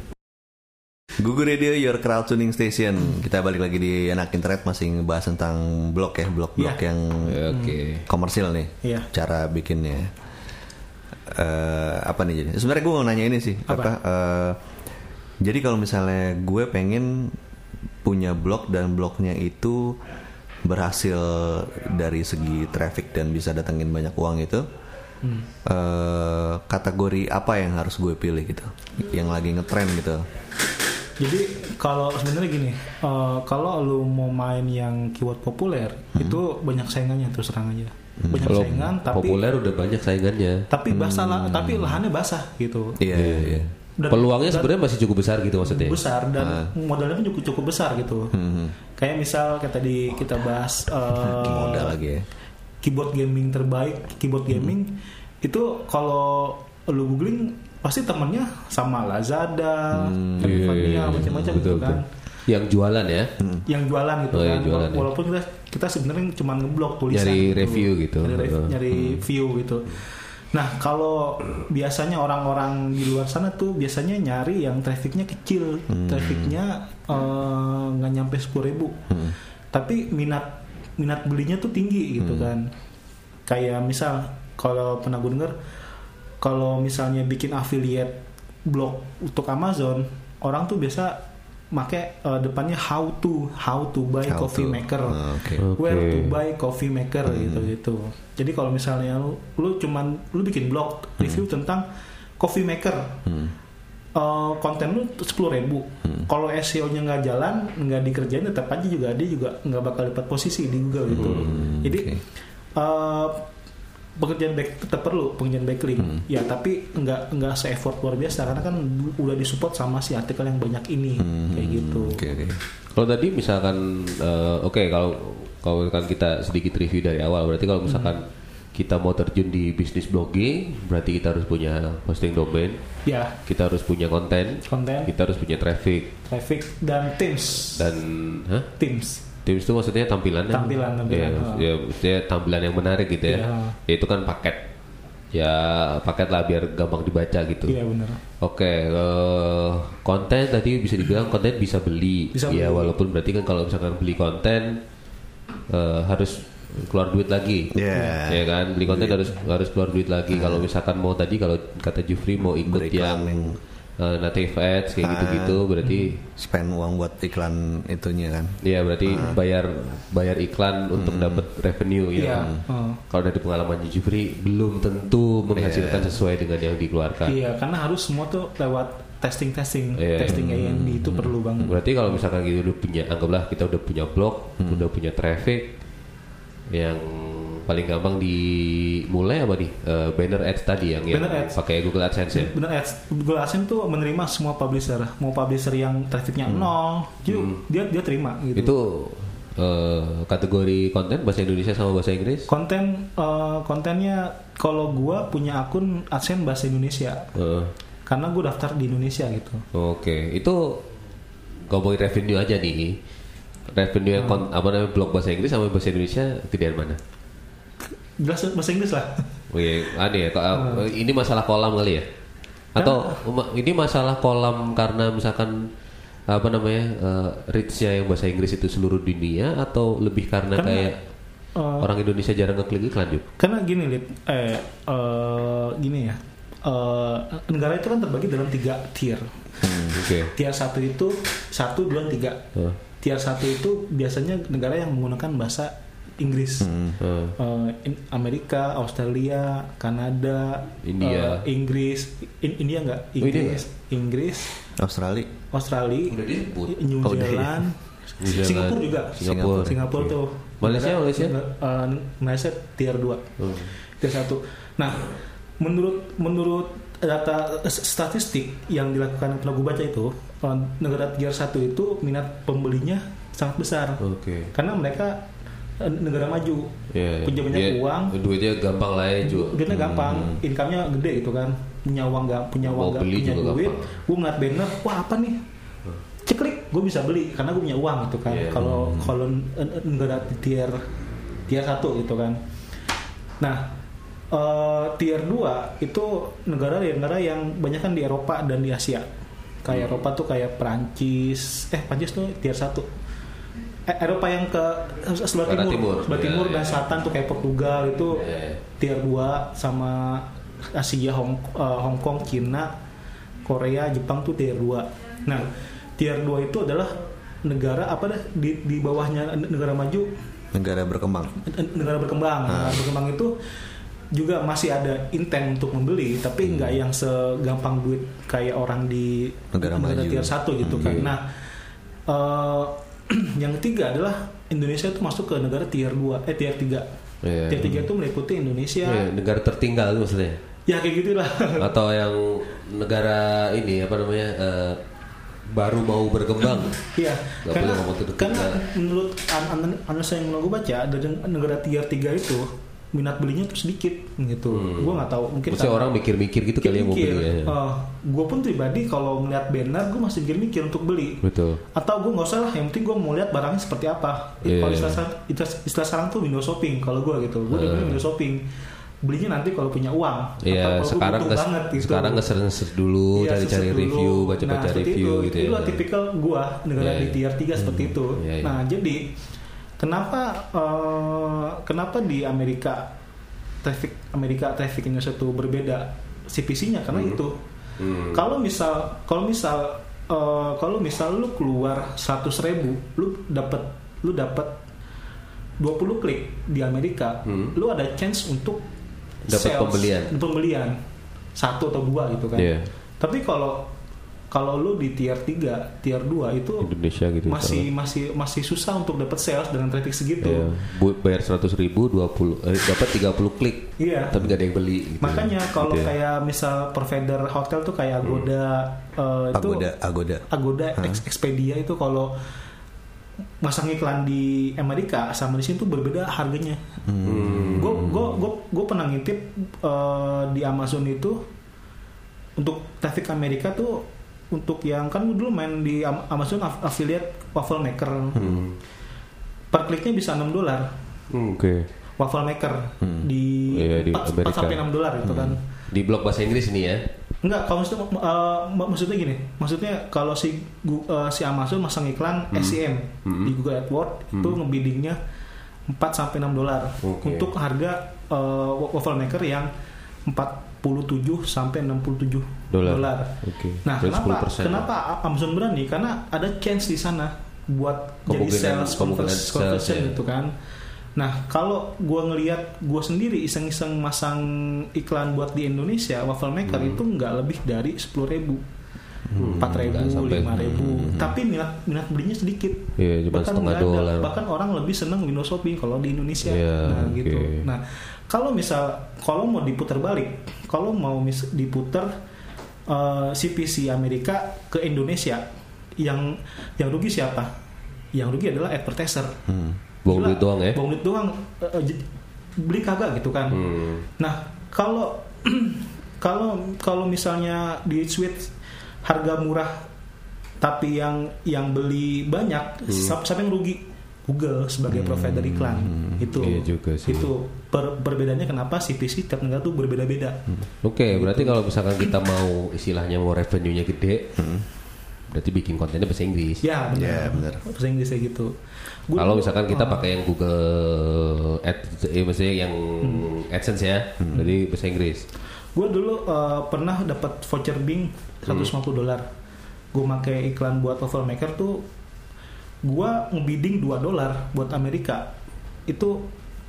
Speaker 3: Google Radio, your crowd tuning station. Kita balik lagi di Anak Internet, masih ngebahas tentang blog ya, blog-blog yeah. yang
Speaker 5: okay.
Speaker 3: komersil nih,
Speaker 4: yeah.
Speaker 3: cara bikinnya. Uh, apa nih jadi? Sebenarnya gue mau nanya ini sih, apa? apa uh, jadi kalau misalnya gue pengen punya blog dan blognya itu berhasil dari segi traffic dan bisa datengin banyak uang itu, hmm. uh, kategori apa yang harus gue pilih gitu, yang lagi ngetrend gitu?
Speaker 4: Jadi kalau sebenarnya gini, uh, kalau lu mau main yang keyword populer hmm. itu banyak saingannya terus terang aja. banyak
Speaker 5: Kalau
Speaker 4: saingan tapi
Speaker 5: populer udah banyak saingannya.
Speaker 4: tapi basah lah, tapi lahannya basah gitu.
Speaker 3: Iya, iya, iya.
Speaker 4: Dan-
Speaker 5: Peluangnya
Speaker 4: dan-
Speaker 5: sebenarnya masih cukup besar gitu maksudnya.
Speaker 4: besar dan
Speaker 3: Ah.
Speaker 4: modalnya pun cukup cukup besar gitu.
Speaker 3: Hmm.
Speaker 4: Kayak misal kayak tadi kita bahas eh,
Speaker 3: Modal lagi ya.
Speaker 4: keyboard gaming terbaik, keyboard gaming itu kalau lu googling pasti temennya sama Lazada,
Speaker 3: Hmm,
Speaker 4: Nvidia,
Speaker 5: iya, iya,
Speaker 4: macam-macam
Speaker 5: betul,
Speaker 4: gitu kan.
Speaker 5: betul. Yang jualan ya,
Speaker 4: Yang jualan gitu
Speaker 5: Oh,
Speaker 4: kan.
Speaker 5: yang jualan, ya.
Speaker 4: Walaupun kita kita sebenarnya cuma ngeblok tulisan.
Speaker 5: Nyari
Speaker 4: gitu.
Speaker 5: review gitu.
Speaker 4: Nyari, rev-
Speaker 5: Hmm.
Speaker 4: nyari view gitu. Nah, kalau biasanya orang-orang di luar sana tuh biasanya nyari yang trafficnya kecil, trafficnya eh, nggak nyampe sepuluh ribu, tapi minat minat belinya tuh tinggi gitu kan. Kayak misal kalau pernah gue denger, kalau misalnya bikin affiliate blog untuk Amazon, orang tuh biasa make uh, depannya how to how to buy
Speaker 3: How
Speaker 4: coffee
Speaker 3: to.
Speaker 4: maker,
Speaker 3: Ah, oke.
Speaker 4: where to
Speaker 5: Oke.
Speaker 4: buy coffee maker gitu gitu. Jadi kalau misalnya lu, lu cuman lu bikin blog review tentang coffee maker, uh, konten lu sepuluh ribu. Kalau S E O-nya nggak jalan, nggak dikerjain, tetap aja juga dia juga nggak bakal dapat posisi di Google gitu. Jadi
Speaker 3: oke.
Speaker 4: uh, pekerjaan back tetap perlu pekerjaan backlink ya, tapi nggak nggak se-effort luar biasa karena kan udah disupport sama si artikel yang banyak ini kayak gitu.
Speaker 3: Oke, oke.
Speaker 5: Kalau tadi misalkan, eh, oke kalau kalau kan kita sedikit review dari awal, berarti kalau misalkan kita mau terjun di bisnis blogging, berarti kita harus punya hosting domain,
Speaker 4: Ya,
Speaker 5: kita harus punya konten,
Speaker 4: konten,
Speaker 5: kita harus punya traffic,
Speaker 4: traffic dan teams.
Speaker 5: dan hah?
Speaker 4: Teams.
Speaker 5: Teams itu maksudnya tampilan,
Speaker 4: Tampilan, tampilan,
Speaker 5: ya,
Speaker 4: oh.
Speaker 5: ya, maksudnya tampilan yang menarik gitu ya.
Speaker 4: Iya.
Speaker 5: Ya, itu kan paket, ya paket lah biar gampang dibaca gitu.
Speaker 4: Iya benar.
Speaker 5: Oke, eh, konten tadi bisa dibilang konten bisa beli,
Speaker 4: Bisa
Speaker 5: ya
Speaker 4: beli.
Speaker 5: walaupun berarti kan kalau misalkan beli konten eh, harus keluar duit lagi,
Speaker 3: Iya.
Speaker 5: ya kan beli konten harus harus keluar duit lagi. Kalau misalkan mau tadi kalau kata Jufri mau ikut
Speaker 3: Beriklan
Speaker 5: yang
Speaker 3: yang-
Speaker 5: eh, native ads kayak
Speaker 3: Ah.
Speaker 5: gitu-gitu, berarti
Speaker 3: Spend uang buat iklan itunya kan.
Speaker 5: ya berarti bayar bayar iklan untuk dapat revenue
Speaker 4: Iya.
Speaker 5: ya.
Speaker 4: Oh.
Speaker 5: Kalau dari pengalaman Jufri belum tentu menghasilkan
Speaker 3: Iya.
Speaker 5: sesuai dengan yang dikeluarkan.
Speaker 4: Iya, karena harus semua tuh lewat testing testing,
Speaker 5: Iya.
Speaker 4: testing A N D itu perlu banget.
Speaker 5: Berarti kalau misalkan gitu udah punya, anggaplah kita udah punya blog, udah punya traffic, yang paling gampang dimulai apa nih? Eh, banner ads tadi yang, yang
Speaker 4: Banner ads.
Speaker 5: pakai Google AdSense ya.
Speaker 4: Bener, ads. Google AdSense tuh menerima semua publisher, mau publisher yang trafficnya nol, jadi dia dia terima gitu.
Speaker 5: Itu eh, kategori konten bahasa Indonesia sama bahasa Inggris.
Speaker 4: Konten eh, kontennya kalau gua punya akun AdSense bahasa Indonesia,
Speaker 5: Eh,
Speaker 4: karena gua daftar di Indonesia gitu.
Speaker 5: Oke, itu ngomongin revenue aja nih. Revenue yang kon- apa namanya blog bahasa Inggris sama bahasa Indonesia gedean mana?
Speaker 4: Jelas bahasa Inggris lah.
Speaker 5: Oh iya, aneh ya. Kok- Ini masalah kolam kali ya? Atau ma- ini masalah kolam karena misalkan apa namanya eh, reach-nya yang bahasa Inggris itu seluruh dunia, atau lebih karena,
Speaker 4: Karena,
Speaker 5: kayak
Speaker 4: eh,
Speaker 5: orang Indonesia jarang ngeklik iklan juga?
Speaker 4: Karena gini, Lid, eh, eh, gini ya. Eh, negara itu kan terbagi dalam tiga tier.
Speaker 5: Oke.
Speaker 4: Tier satu itu satu, dua, tiga.
Speaker 5: Eh,
Speaker 4: Tier satu itu biasanya negara yang menggunakan bahasa Inggris.
Speaker 5: eh,
Speaker 4: Eh, in- Amerika, Australia, Kanada,
Speaker 5: India.
Speaker 4: eh, Inggris, In- India enggak?
Speaker 5: Oh, India
Speaker 4: Inggris, Inggris,
Speaker 3: Australia.
Speaker 4: Australia,
Speaker 5: Udah disebut.
Speaker 4: New
Speaker 3: Oh, udah,
Speaker 4: Zealand,
Speaker 5: New Zealand,
Speaker 4: Singapura juga.
Speaker 5: Singapura.
Speaker 4: Singapura
Speaker 5: Oke.
Speaker 4: tuh.
Speaker 5: Malaysia,
Speaker 4: Negara-
Speaker 5: Malaysia?
Speaker 4: eh, Malaysia tier dua.
Speaker 5: Hmm.
Speaker 4: Tier satu. Nah, menurut menurut data s- statistik yang dilakukan pernah gue baca itu, eh, negara tier satu itu minat pembelinya sangat besar.
Speaker 5: Oke.
Speaker 4: Karena mereka eh, negara maju,
Speaker 5: Iya,
Speaker 4: punya banyak
Speaker 5: dia-
Speaker 4: uang,
Speaker 5: duitnya gampang lah ya jual.
Speaker 4: duitnya gampang, income-nya gede gitu kan, punya uang gak punya
Speaker 5: Mau
Speaker 4: uang gak
Speaker 5: beli
Speaker 4: punya
Speaker 5: juga
Speaker 4: duit,
Speaker 5: gampang.
Speaker 4: gue ngeliat banner, wah apa nih, ceklik, gue bisa beli karena gue punya uang gitu kan.
Speaker 5: Iya.
Speaker 4: Kalau kalau eh, negara tier tier satu gitu kan. Nah, eh, tier dua itu negara-negara yang banyak kan di Eropa dan di Asia. Kayak Eropa tuh kayak Perancis, eh Perancis tuh tier satu. Eh, Eropa yang ke sebelah
Speaker 5: Barat
Speaker 4: timur,
Speaker 5: timur.
Speaker 4: sebelah
Speaker 5: Iya,
Speaker 4: timur
Speaker 5: iya.
Speaker 4: dan selatan tuh kayak Portugal itu
Speaker 5: Iya.
Speaker 4: tier dua, sama Asia, Hong, eh, Hong Kong, Cina, Korea, Jepang tuh tier dua. Nah, tier dua itu adalah negara apa dah di di bawahnya negara maju,
Speaker 3: Negara berkembang.
Speaker 4: negara berkembang.
Speaker 3: Ah.
Speaker 4: Negara berkembang itu juga masih ada intent untuk membeli, tapi nggak yang segampang duit kayak orang di
Speaker 3: Negara maju.
Speaker 4: tier satu gitu kan. Nah, eh, yang ketiga adalah Indonesia itu masuk ke negara tier dua, eh tier tiga.
Speaker 5: Yeah.
Speaker 4: Tier tiga itu meliputi Indonesia.
Speaker 5: Yeah, negara tertinggal itu maksudnya.
Speaker 4: Ya kayak gitulah.
Speaker 5: Atau yang negara ini apa namanya uh, baru mau berkembang.
Speaker 4: Iya. Karena, karena menurut analisa yang gue baca dari negara tier tiga itu minat belinya tuh sedikit gitu. Hmm. Gue nggak tahu mungkin.
Speaker 5: Maksudnya orang mikir-mikir gitu kali ya mau beli ya.
Speaker 4: Uh, gue pun pribadi kalau melihat banner gue masih mikir-mikir untuk beli.
Speaker 5: Betul.
Speaker 4: Atau gue nggak usah lah, yang penting gue mau lihat barangnya seperti apa. Yeah. Kalau istilah, istilah, istilah sekarang tuh window shopping kalau gue gitu. Gue udah uh. window shopping. Belinya nanti kalau punya uang.
Speaker 5: Iya, yeah, sekarang kes, banget, gitu. Sekarang ngeser-ngeser dulu, yeah, cari-cari dulu. review, baca-baca nah, review
Speaker 4: itu.
Speaker 5: gitu
Speaker 4: itu
Speaker 5: ya.
Speaker 4: Itu tipikal gua negara yeah, di tier tiga hmm. seperti itu. Yeah, yeah. Nah, jadi kenapa uh, kenapa di Amerika traffic Amerika traffic Indonesia itu berbeda C P C-nya karena hmm. itu. Hmm. Kalau misal kalau misal uh, kalau misal lu keluar seratus ribu, lu dapat lu dapat dua puluh klik di Amerika, hmm. lu ada chance untuk
Speaker 5: dapat pembelian
Speaker 4: pembelian satu atau dua gitu kan. Yeah. Tapi kalau kalau lu di tier tiga, tier dua itu
Speaker 5: Indonesia gitu
Speaker 4: masih sama. masih masih susah untuk dapat sales dengan traffic segitu.
Speaker 5: Yeah. Bayar seratus ribu dua puluh eh, dapat tiga puluh klik.
Speaker 4: Iya. Yeah.
Speaker 5: Tapi gak ada yang beli gitu.
Speaker 4: Makanya kalau gitu ya. Kayak misal provider hotel tuh kayak Agoda hmm. uh, itu
Speaker 3: Agoda Agoda
Speaker 4: Agoda huh? Expedia itu kalau masang iklan di Amerika sama di sini tuh berbeda harganya. Hmm. Gue gue gue gue pernah ngintip uh, di Amazon itu untuk traffic Amerika tuh untuk yang kan gue dulu main di Amazon affiliate waffle maker. Hmm. Per kliknya bisa enam dolar.
Speaker 5: Hmm, Oke. Okay.
Speaker 4: Waffle maker hmm. di,
Speaker 5: yeah, di
Speaker 4: empat sampai enam dolar itu hmm. kan.
Speaker 5: Di blog bahasa Inggris ini ya.
Speaker 4: Enggak, kalau maksudnya, uh, maksudnya gini, maksudnya kalau si uh, si Amazon masang iklan hmm. S E M hmm. di Google AdWords hmm. itu ngebiddingnya empat sampai enam dolar okay. untuk harga uh, waffle maker yang empat puluh tujuh sampai enam puluh tujuh dolar.
Speaker 5: Okay.
Speaker 4: Nah, kenapa kenapa Amazon berani? Karena ada chance di sana buat jadi sales conversion ya. Gitu kan. Nah, kalau gue ngelihat gue sendiri iseng-iseng masang iklan buat di Indonesia waffle maker hmm. itu nggak lebih dari sepuluh ribu, empat ribu, lima ribu, hmm. tapi minat minat belinya sedikit.
Speaker 5: Yeah, bahkan setengah dolar.
Speaker 4: Bahkan orang lebih seneng window shopping kalau di Indonesia.
Speaker 5: Yeah,
Speaker 4: nah,
Speaker 5: okay.
Speaker 4: gitu. Nah, kalau misal kalau mau diputar balik, kalau mau mis- diputar uh, C P C Amerika ke Indonesia, yang yang rugi siapa? Yang rugi adalah advertiser. Hmm.
Speaker 5: Bong duit doang ya?
Speaker 4: Bong duit doang, uh, beli kagak gitu kan. Hmm. Nah, kalau kalau kalau misalnya di Switch harga murah tapi yang yang beli banyak, hmm. siapa yang rugi? Google sebagai hmm. provider iklan. Hmm. Itu.
Speaker 5: Iya juga sih.
Speaker 4: Itu per, perbedaannya kenapa C P C tiap negara tuh berbeda-beda.
Speaker 5: Hmm. Oke, okay, gitu. Berarti kalau misalkan kita mau istilahnya mau revenue-nya gede, hmm. berarti bikin kontennya bahasa Inggris.
Speaker 4: Ya, benar.
Speaker 3: Ya, benar.
Speaker 4: Bahasa Inggris kayak gitu.
Speaker 5: Kalau misalkan kita pakai yang Google Ads, eh, maksudnya yang hmm. AdSense ya, hmm. jadi bahasa Inggris.
Speaker 4: Gue dulu uh, pernah dapat voucher Bing seratus lima puluh dolar. Gue pakai iklan buat waffle maker tuh, gue ngebidding dua dolar buat Amerika. Itu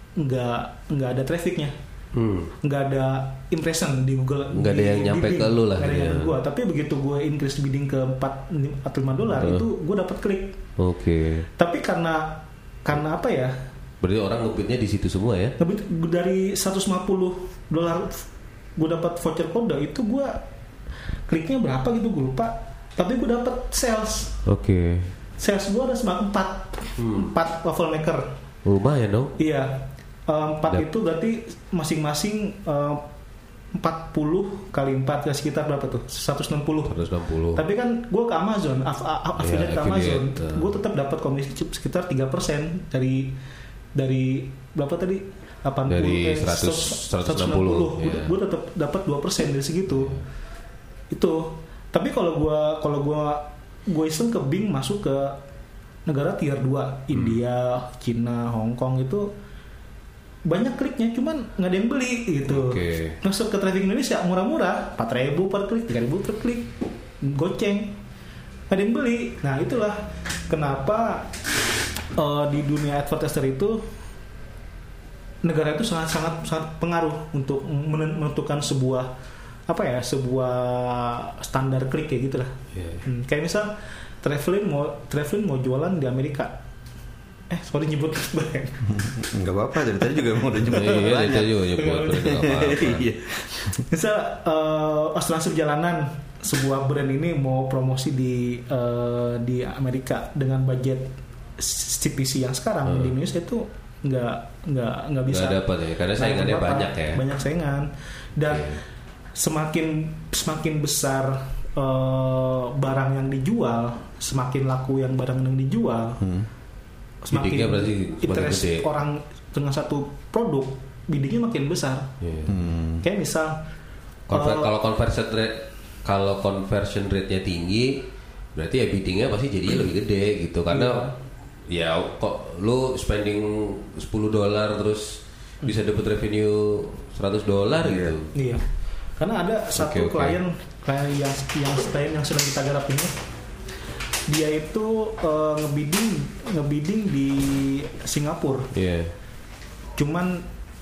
Speaker 4: nggak nggak ada trafficnya, hmm. nggak ada impression di Google.
Speaker 5: Nggak ada yang
Speaker 4: di,
Speaker 5: nyampe
Speaker 4: di
Speaker 5: ke lu lah.
Speaker 4: Nggak ada yang
Speaker 5: ya.
Speaker 4: Gue. Tapi begitu gue increase bidding ke empat atau lima dolar, uh. itu gue dapat klik.
Speaker 5: Oke. Okay.
Speaker 4: Tapi karena karena apa ya?
Speaker 5: Berarti orang ngebidnya di situ semua ya?
Speaker 4: Ngebid dari seratus lima puluh dolar gue dapat voucher kode itu gue kliknya berapa gitu gue lupa. Tapi gue dapat sales.
Speaker 5: Oke. Okay.
Speaker 4: Sales gue ada sebanyak empat, hmm. empat waffle maker.
Speaker 5: Lumayan dong.
Speaker 4: Iya. Empat um, itu berarti masing-masing um, empat puluh kali empat ya sekitar berapa tuh? seratus enam puluh.
Speaker 5: seratus enam puluh.
Speaker 4: Tapi kan gue ke Amazon, af- af- affiliate yeah, ke Amazon, uh. gue tetap dapat komisi sekitar tiga persen dari dari berapa tadi? delapan puluh
Speaker 5: dari eh, seratus, seratus enam puluh.
Speaker 4: Yeah. Gue tetap dapat dua persen dari segitu. Yeah. Itu. Tapi kalau gue kalau gue gue iseng ke Bing masuk ke negara tier dua, hmm. India, Cina, Hong Kong itu banyak kliknya, cuman nggak ada yang beli gitu.
Speaker 5: Okay.
Speaker 4: Masuk ke traffic Indonesia murah-murah, empat ribu per klik, tiga ribu per klik, goceng, nggak ada yang beli. Nah itulah kenapa uh, di dunia advertiser itu negara itu sangat sangat sangat pengaruh untuk menentukan sebuah apa ya sebuah standar klik kayak gitulah. Yeah. Hmm, kayak misal Travelin mau Travelin mau jualan di Amerika. eh sorry nyebut brand.
Speaker 3: Nggak apa-apa, dari tadi juga emang udah nyebut
Speaker 5: Iya,
Speaker 3: banyak.
Speaker 5: dari tadi juga nyebut brand nggak apa-apa.
Speaker 3: Iya.
Speaker 4: Misal uh, asuransi perjalanan sebuah brand ini mau promosi di uh, di Amerika dengan budget C P C yang sekarang
Speaker 5: Hmm.
Speaker 4: di Indonesia itu nggak nggak nggak bisa.
Speaker 5: Nggak dapat ya, karena saingannya
Speaker 4: Nggak
Speaker 5: banyak
Speaker 4: dapat,
Speaker 5: ya.
Speaker 4: Banyak saingan dan
Speaker 5: Oke.
Speaker 4: semakin semakin besar uh, barang yang dijual, semakin laku yang barang yang dijual,
Speaker 3: Hmm.
Speaker 4: semakin
Speaker 5: Biddingnya berarti semakin
Speaker 4: interest
Speaker 5: gede.
Speaker 4: orang dengan satu produk, biddingnya makin besar.
Speaker 5: Iya.
Speaker 3: Hmm.
Speaker 4: Kayak misal
Speaker 5: Conver-
Speaker 4: uh,
Speaker 5: kalau conversion rate kalau conversion rate-nya tinggi, berarti ya biddingnya pasti jadinya lebih gede gitu karena ya kok lu spending sepuluh dolar terus bisa dapat revenue seratus dolar
Speaker 3: Iya.
Speaker 5: gitu.
Speaker 4: Iya, karena ada satu
Speaker 5: oke.
Speaker 4: klien klien yang yang klien yang sedang kita garap ini, dia itu uh, ngebidding ngebidding di Singapura,
Speaker 5: Iya.
Speaker 4: cuman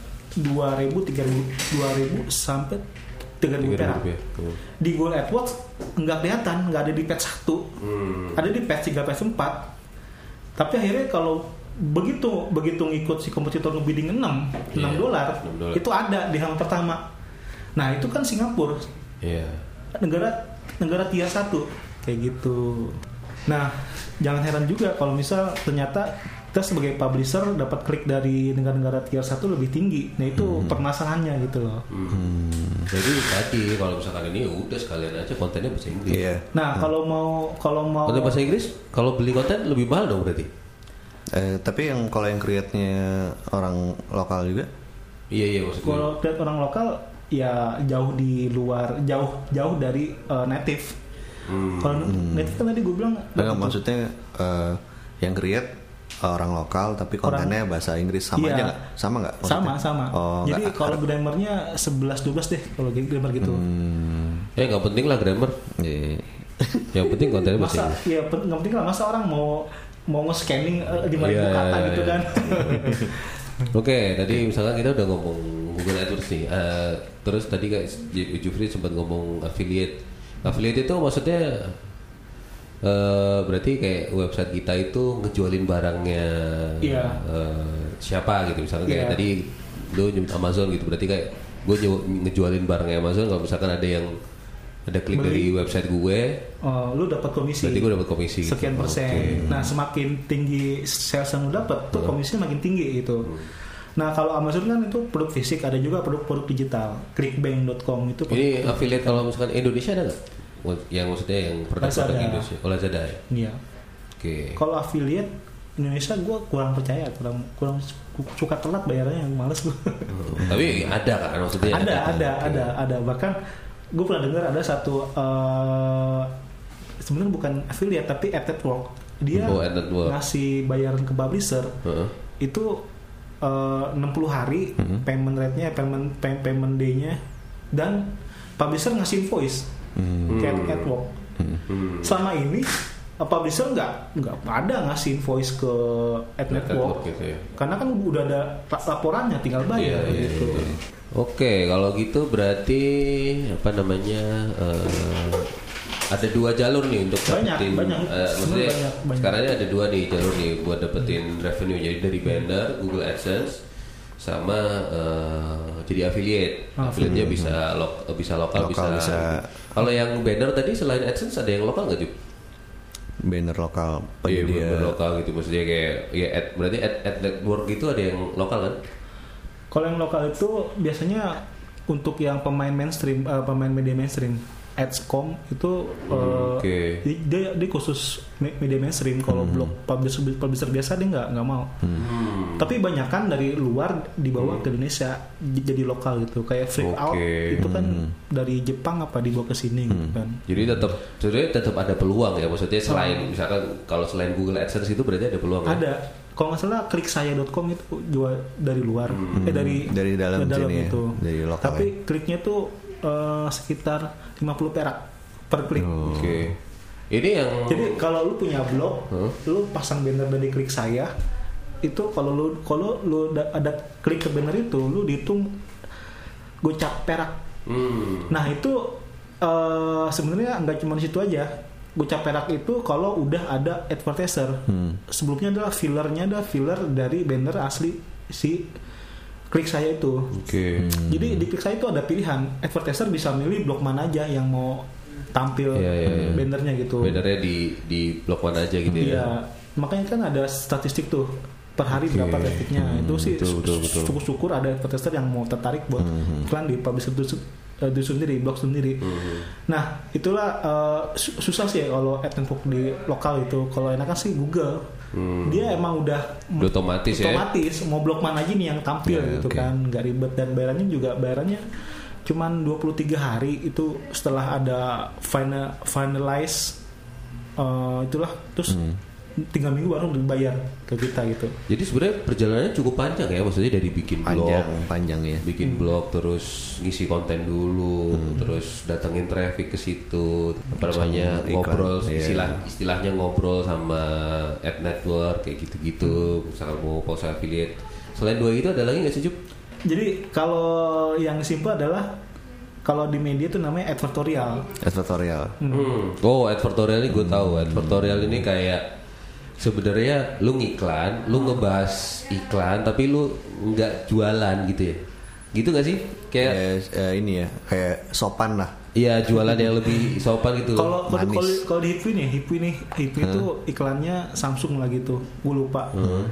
Speaker 4: dua ribu, tiga ribu, dua ribu sampai tiga ribu
Speaker 5: tiga ribu
Speaker 4: perak.
Speaker 5: rupiah. Hmm.
Speaker 4: Di Google AdWords nggak kelihatan, nggak ada di page satu,
Speaker 5: Hmm.
Speaker 4: ada di page tiga, page empat. Tapi akhirnya kalau begitu begitu ngikut si kompetitor ngebidding enam
Speaker 5: Iya,
Speaker 4: dolar,
Speaker 5: enam dolar.
Speaker 4: itu ada di halaman pertama. Nah itu kan Singapura,
Speaker 5: Iya.
Speaker 4: negara negara tier satu kayak gitu. Nah jangan heran juga kalau misal ternyata kita sebagai publisher dapat klik dari negara-negara tier satu lebih tinggi. Nah itu
Speaker 3: Hmm.
Speaker 4: permasalahannya gitu loh.
Speaker 5: Hmm. Jadi tadi kalau misalkan ini udah sekalian aja kontennya bahasa Inggris.
Speaker 3: Iya.
Speaker 4: Nah kalau mau kalau mau
Speaker 5: Konten bahasa Inggris kalau beli konten lebih mahal dong berarti.
Speaker 3: Eh, tapi yang kalau yang create-nya orang lokal juga?
Speaker 5: Iya iya maksudnya.
Speaker 4: kalau lihat orang lokal ya jauh di luar, jauh jauh dari uh, native.
Speaker 5: Hmm.
Speaker 4: Kalau native kan tadi gue bilang
Speaker 3: Enggak, maksudnya eh, yang create orang lokal tapi kontennya bahasa Inggris sama
Speaker 4: Iya.
Speaker 3: aja nggak? Sama nggak? maksudnya?
Speaker 4: sama sama.
Speaker 3: Oh,
Speaker 4: Jadi
Speaker 3: nggak-
Speaker 4: kalau grammarnya sebelas dua belas deh kalau grammar gitu.
Speaker 3: Hmm,
Speaker 5: Ya nggak penting lah grammar.
Speaker 3: iya.
Speaker 5: Yang penting kontennya bahasa
Speaker 4: Masa
Speaker 5: Inggris.
Speaker 4: ya pen- nggak penting lah, masa orang mau mau nge-scanning uh, lima ribu
Speaker 5: Iya,
Speaker 4: kata
Speaker 5: iya,
Speaker 4: gitu
Speaker 5: iya.
Speaker 4: kan.
Speaker 5: Oke, tadi misalkan kita udah ngomong Google AdWords nih. Eh, terus tadi kayak Jufri sempat ngomong affiliate. Affiliate itu maksudnya eh, berarti kayak website kita itu ngejualin barangnya
Speaker 4: Iya.
Speaker 5: eh, siapa gitu. Misalkan kayak
Speaker 4: Iya.
Speaker 5: tadi lu nyebut Amazon gitu. Berarti kayak gue ngejualin barangnya Amazon. Kalau misalkan ada yang ada klik
Speaker 4: Beli.
Speaker 5: dari website gue,
Speaker 4: Uh, lu dapat komisi.
Speaker 5: berarti gue dapat komisi. gitu.
Speaker 4: Sekian persen.
Speaker 5: Oke.
Speaker 4: Nah, semakin tinggi sales yang lu dapat, tuh
Speaker 5: Hmm.
Speaker 4: komisinya makin tinggi gitu. Nah, kalau Amazon kan itu produk fisik, ada juga produk-produk digital. clickbank dot com itu
Speaker 5: Ini affiliate kalau misalkan Indonesia ada nggak? Yang maksudnya yang produk-produk
Speaker 4: Lazada.
Speaker 5: Indonesia. Oh Lazada ya.
Speaker 4: Iya.
Speaker 5: Oke.
Speaker 4: Kalau affiliate Indonesia gue kurang percaya, kurang kurang suka telat bayarnya, yang males gue.
Speaker 5: Hmm, Tapi ada kan maksudnya?
Speaker 4: ada,
Speaker 5: kan?
Speaker 4: ada,
Speaker 5: Oke.
Speaker 4: ada, ada. Bahkan gue pernah dengar ada satu uh, sebenarnya bukan affiliate tapi ad network. Dia
Speaker 5: Oh, ad network.
Speaker 4: ngasih bayaran ke publisher
Speaker 5: Heeh.
Speaker 4: itu uh, enam puluh hari
Speaker 3: Mhm.
Speaker 4: payment rate-nya, payment pay- payment day-nya, dan publisher ngasih invoice
Speaker 3: Hmm.
Speaker 4: ke ad network.
Speaker 5: Hmm.
Speaker 4: Selama ini uh, publisher nggak nggak ada ngasih invoice ke ad
Speaker 5: Ad
Speaker 4: network,
Speaker 5: network gitu ya.
Speaker 4: karena kan udah ada la- laporannya, tinggal bayar
Speaker 5: Iya, iya,
Speaker 4: gitu.
Speaker 5: iya. Oke, kalau gitu berarti apa namanya? eh, ada dua jalur nih untuk
Speaker 4: Banyak,
Speaker 5: dapetin.
Speaker 4: banyak.
Speaker 5: eh, maksudnya
Speaker 4: Sebenarnya banyak, banyak.
Speaker 5: sekarang ini ada dua nih jalur nih buat dapetin revenue, jadi dari banner, Google AdSense, sama eh, jadi affiliate.
Speaker 4: Ah,
Speaker 5: Affiliate-nya bisa lo- bisa lokal,
Speaker 3: Lokal,
Speaker 5: bisa.
Speaker 3: bisa.
Speaker 5: Kalau yang banner tadi selain AdSense ada yang lokal nggak Jup?
Speaker 3: Banner lokal
Speaker 5: Iya,
Speaker 3: penyedia.
Speaker 5: banner lokal gitu maksudnya kayak ya ad, berarti ad, ad network itu ada yang lokal kan?
Speaker 4: Kalau yang lokal itu biasanya untuk yang pemain mainstream, uh, pemain media mainstream, Adscom itu uh,
Speaker 5: Oke.
Speaker 4: dia, dia khusus me- media mainstream. Kalau blog publisher, publisher biasa dia nggak nggak mau.
Speaker 5: Hmm.
Speaker 4: Tapi banyak kan dari luar dibawa ke Indonesia j- jadi lokal gitu. Kayak Freak
Speaker 5: Oke.
Speaker 4: Out itu kan
Speaker 3: Hmm.
Speaker 4: dari Jepang apa dibawa ke sini gitu kan.
Speaker 5: Jadi tetap sebenarnya tetap ada peluang ya, maksudnya selain misalkan kalau selain Google AdSense itu berarti ada peluang ya?
Speaker 4: Ada. Kalau nggak salah kliksaya dot com itu jual dari luar, eh dari
Speaker 3: Dari dalam sini ya,
Speaker 4: itu.
Speaker 3: dari lokal
Speaker 4: Tapi
Speaker 3: ya.
Speaker 4: kliknya tuh eh, sekitar lima puluh perak per klik.
Speaker 3: Oh.
Speaker 5: Oke. Ini yang
Speaker 4: Jadi kalau lu punya blog,
Speaker 5: Huh?
Speaker 4: lu pasang banner dari klik saya, itu kalau lu kalau lu da- ada klik ke banner itu, lu dihitung gocap perak.
Speaker 5: hmm,
Speaker 4: Nah itu eh, sebenarnya nggak cuma di situ aja. gocap perak itu kalau udah ada advertiser. Hmm. Sebelumnya adalah fillernya adalah filler dari banner asli si klik saya itu.
Speaker 5: Oke. Okay.
Speaker 4: Hmm. Jadi di klik saya itu ada pilihan. Advertiser bisa milih blok mana aja yang mau tampil yeah, yeah, yeah. bannernya gitu.
Speaker 5: Bannernya di di blok mana aja gitu ya.
Speaker 4: Iya. Makanya kan ada statistik tuh per hari okay. berapa trafficnya. Hmm, itu sih syukur-syukur ada advertiser yang mau tertarik buat hmm. iklan di publisher itu itu sendiri, blog sendiri. Mm-hmm. Nah, itulah uh, susah sih ya kalau ad network di lokal itu. Kalau enakan sih Google. Mm. Dia emang udah
Speaker 5: otomatis,
Speaker 4: otomatis ya? Mau blog mana aja nih yang tampil yeah, gitu okay. kan, nggak ribet dan bayarannya juga bayarannya cuman dua puluh tiga hari itu setelah ada final finalize uh, itulah terus mm. tinggal minggu baru dibayar ke kita gitu.
Speaker 5: Jadi sebenarnya perjalanannya cukup panjang ya, maksudnya dari bikin
Speaker 3: panjang,
Speaker 5: blog,
Speaker 3: panjang ya,
Speaker 5: bikin hmm. blog terus ngisi konten dulu, hmm. terus datengin traffic ke situ, apa namanya ngobrol, iklan, istilah yeah. istilahnya ngobrol sama ad network kayak gitu-gitu, hmm. misalkan mau post affiliate. Selain dua itu ada lagi nggak sih Jup?
Speaker 4: Jadi kalau yang simpel adalah kalau di media itu namanya advertorial.
Speaker 3: Advertorial.
Speaker 4: Hmm.
Speaker 5: Hmm. Oh, advertorial ini gue tahu. Advertorial hmm. ini kayak sebenarnya lu ngiklan, lu ngebahas iklan tapi lu nggak jualan gitu ya, gitu nggak sih? Kayak
Speaker 3: ya, uh, ini ya, kayak sopan lah.
Speaker 5: Iya, jualan yang lebih sopan gitu.
Speaker 4: Kalau kalau kalau di Hipwi nih, Hipwi nih, Hipwi itu hmm. iklannya Samsung lah gitu, gue lupa. Hmm.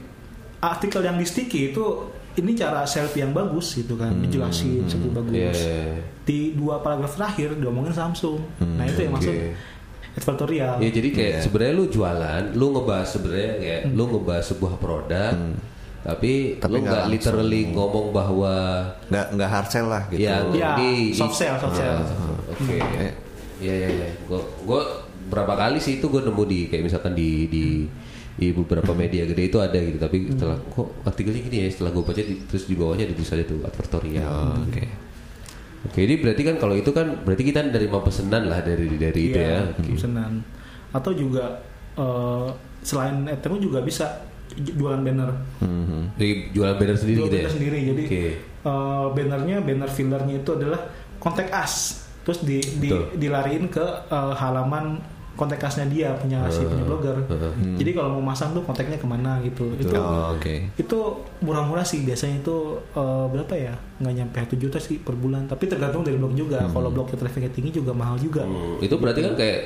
Speaker 4: Artikel yang di sticky itu ini cara selfie yang bagus gitu kan, hmm. dijelasin cukup bagus. Yeah, yeah, yeah. Di dua paragraf terakhir diomongin Samsung. Hmm, nah itu yang okay. maksud advertorial.
Speaker 5: Ya jadi kayak yeah. sebenarnya lu jualan, lu ngebahas sebenarnya kayak hmm. lu ngebahas sebuah produk, hmm. tapi, tapi lu nggak literally ngomong bahwa
Speaker 3: nggak nggak hard sell lah gitu.
Speaker 5: Ya,
Speaker 4: ya
Speaker 5: di,
Speaker 4: soft sell, soft sell.
Speaker 5: Oke. Okay. Ya ya ya. Gue gue berapa kali sih itu gue nemu di kayak misalkan di di di beberapa media gede itu ada gitu, tapi setelah kok artikelnya gini ya, setelah gue baca di, terus di bawahnya ditulis aja tuh advertorial.
Speaker 3: Oh, Oke. Okay.
Speaker 5: Oke, ini berarti kan kalau itu kan berarti kita dari mau pesenan lah dari dari
Speaker 4: iya,
Speaker 5: itu ya.
Speaker 4: Okay. Pesenan. Atau juga uh, selain ad network juga bisa jualan banner.
Speaker 5: Mm-hmm. Jadi jualan banner sendiri
Speaker 4: jualan
Speaker 5: gitu
Speaker 4: banner
Speaker 5: ya.
Speaker 4: Sendiri. Jadi
Speaker 5: okay.
Speaker 4: uh, bannernya, banner fillernya itu adalah contact us. Terus di, di dilariin ke uh, halaman kontak asnya dia punya si uh, punya blogger. Uh, hmm. Jadi kalau mau masang tuh kontaknya kemana gitu. Betul. Itu
Speaker 3: oh, okay.
Speaker 4: itu murah-murah sih biasanya itu uh, berapa ya? Nggak nyampe satu juta sih per bulan. Tapi tergantung dari blog juga. Hmm. Kalau blog trafficnya tinggi juga mahal juga.
Speaker 5: Hmm. Itu berarti kan kayak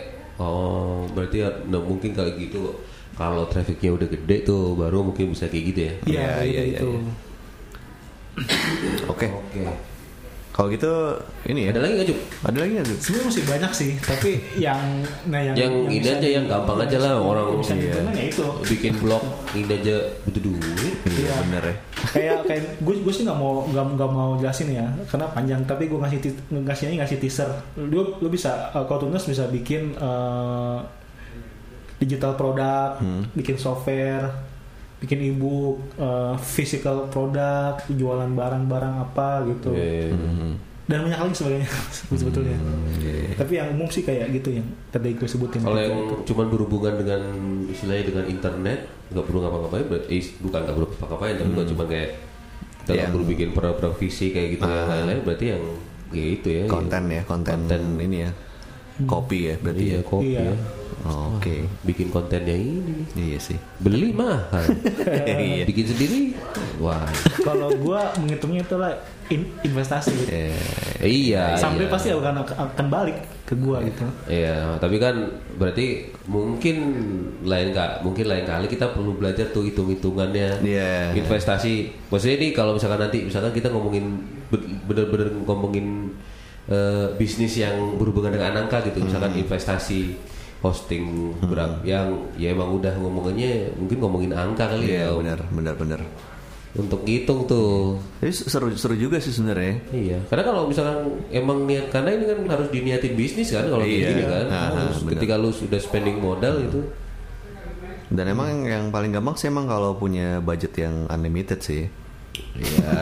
Speaker 5: oh berarti ya, nah, mungkin kayak gitu. Kalau trafficnya udah gede tuh baru mungkin bisa kayak gitu ya.
Speaker 4: Iya iya itu.
Speaker 3: Oke. Oke. Kalau gitu ini ya.
Speaker 5: Ada lagi nggak Jup?
Speaker 3: Ada lagi nggak Jup?
Speaker 4: Sebenarnya masih banyak sih, tapi yang nah yang
Speaker 5: yang, yang ini aja yang gampang aja lah orang
Speaker 4: bisa
Speaker 5: iya.
Speaker 4: ya itu
Speaker 5: bikin blog ini aja butuh duit.
Speaker 3: Iya benar ya.
Speaker 4: Kayak kayak gue gue sih nggak mau nggak nggak mau jelasin ya karena panjang, tapi gue ngasih ngasihnya ngasih teaser. Lu lu bisa uh, kalau tunas bisa bikin uh, digital produk, hmm. bikin software, bikin ebook, uh, physical produk, jualan barang-barang apa gitu.
Speaker 5: Yeah. Mm-hmm.
Speaker 4: Dan banyak lagi sebagainya sebetulnya. Mm-hmm. Yeah. Tapi yang umum sih kayak gitu yang tadi gue sebutin.
Speaker 5: Kalau yang
Speaker 4: itu.
Speaker 5: Cuman berhubungan dengan istilahnya dengan internet, nggak perlu ngapa-ngapain, berarti eh, bukan nggak perlu ngapa-ngapain, tapi mm-hmm. cuma kayak kita nggak perlu bikin produk visi kayak gitu, yang lain-lain berarti yang ya itu ya.
Speaker 3: Konten ya, konten, konten ini ya. Kopi ya berarti
Speaker 5: iya,
Speaker 3: ya.
Speaker 5: Kopi
Speaker 4: iya.
Speaker 5: ya.
Speaker 3: Oh, Oke, okay.
Speaker 5: Bikin kontennya ini.
Speaker 3: Iya sih.
Speaker 5: Beli mahal.
Speaker 3: Iya.
Speaker 5: Bikin sendiri. Wah.
Speaker 4: Kalau gue menghitungnya itu lah in- investasi.
Speaker 5: Eh, iya.
Speaker 4: Sampai
Speaker 5: iya.
Speaker 4: pasti akan akan balik ke gue gitu.
Speaker 5: Iya, tapi kan berarti mungkin lain kak, mungkin lain kali kita perlu belajar tuh hitung-hitungannya.
Speaker 3: Yeah.
Speaker 5: Investasi. Maksudnya ini kalau misalkan nanti misalkan kita ngomongin bener-bener ngomongin uh, bisnis yang berhubungan dengan angka gitu, misalkan hmm. investasi hosting hmm. berapa yang ya emang udah ngomongannya mungkin ngomongin angka kali
Speaker 3: yeah,
Speaker 5: ya.
Speaker 3: Benar, benar, benar.
Speaker 5: Untuk ngitung tuh.
Speaker 3: Jadi seru seru juga sih sebenarnya.
Speaker 5: Iya. Karena kalau misalkan emang niat, karena ini kan harus diniatin bisnis kan kalau
Speaker 3: iya.
Speaker 5: kayak gini kan.
Speaker 3: Nah,
Speaker 5: harus, ketika lu sudah spending modal hmm. itu.
Speaker 3: Dan emang yang paling gampang sih emang kalau punya budget yang unlimited sih.
Speaker 5: Iya.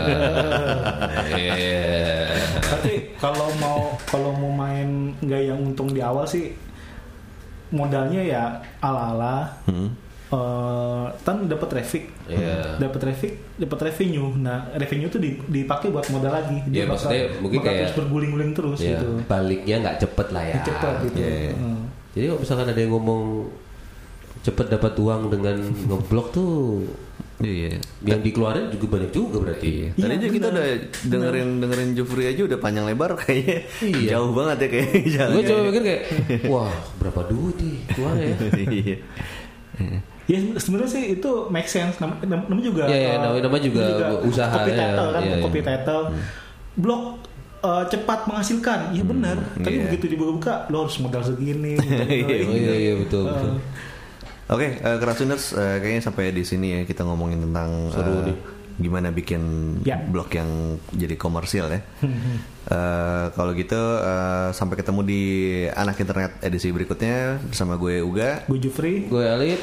Speaker 4: yeah. Tapi kalau mau kalau mau main nggak yang untung di awal sih, modalnya ya ala-ala, hmm. uh, kan dapat traffic,
Speaker 5: yeah.
Speaker 4: dapat traffic, dapat revenue. Nah, revenue itu dipakai buat modal lagi.
Speaker 5: Dia yeah, maksudnya mungkin kayak
Speaker 4: terus berguling-guling terus
Speaker 5: yeah,
Speaker 4: gitu.
Speaker 5: Baliknya nggak cepet lah ya.
Speaker 4: Cepet gitu.
Speaker 3: Yeah.
Speaker 4: Hmm.
Speaker 5: Jadi kalau misalkan ada yang ngomong cepet dapat uang dengan ngeblok tuh,
Speaker 3: iya,
Speaker 5: yang dikeluarin juga banyak juga berarti.
Speaker 3: Iya. Tadi aja kita udah dengerin dengerin Jufri aja udah panjang lebar kayaknya
Speaker 5: Iya.
Speaker 3: jauh banget ya kayak.
Speaker 5: Gue coba mikir kayak, wah berapa duit nih keluar ya?
Speaker 3: Iya.
Speaker 4: Ya sebenarnya sih itu make sense. Nama, nama juga.
Speaker 5: Iya, iya,
Speaker 4: uh,
Speaker 5: nama- nama juga usaha,
Speaker 4: Copy
Speaker 5: ya.
Speaker 4: title kan,
Speaker 5: Iya,
Speaker 4: copy
Speaker 5: iya.
Speaker 4: title. Blog uh, cepat menghasilkan, iya benar. Tapi
Speaker 3: iya.
Speaker 4: begitu dibuka-buka, lo harus modal segini.
Speaker 5: Oh iya iya betul. betul.
Speaker 4: Uh,
Speaker 3: Oke, okay, uh, Kerasuners uh, kayaknya sampai di sini ya kita ngomongin tentang
Speaker 5: Seru
Speaker 3: uh,
Speaker 5: nih.
Speaker 3: gimana bikin
Speaker 4: Ya.
Speaker 3: blog yang jadi komersil ya. uh, kalau gitu uh, sampai ketemu di Anak Internet edisi berikutnya bersama gue Uga.
Speaker 4: Gue Jufri.
Speaker 5: Gue Alif.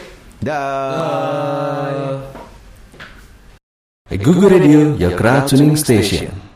Speaker 3: Dah.
Speaker 5: Bye.
Speaker 2: Google Radio, your crowd tuning station.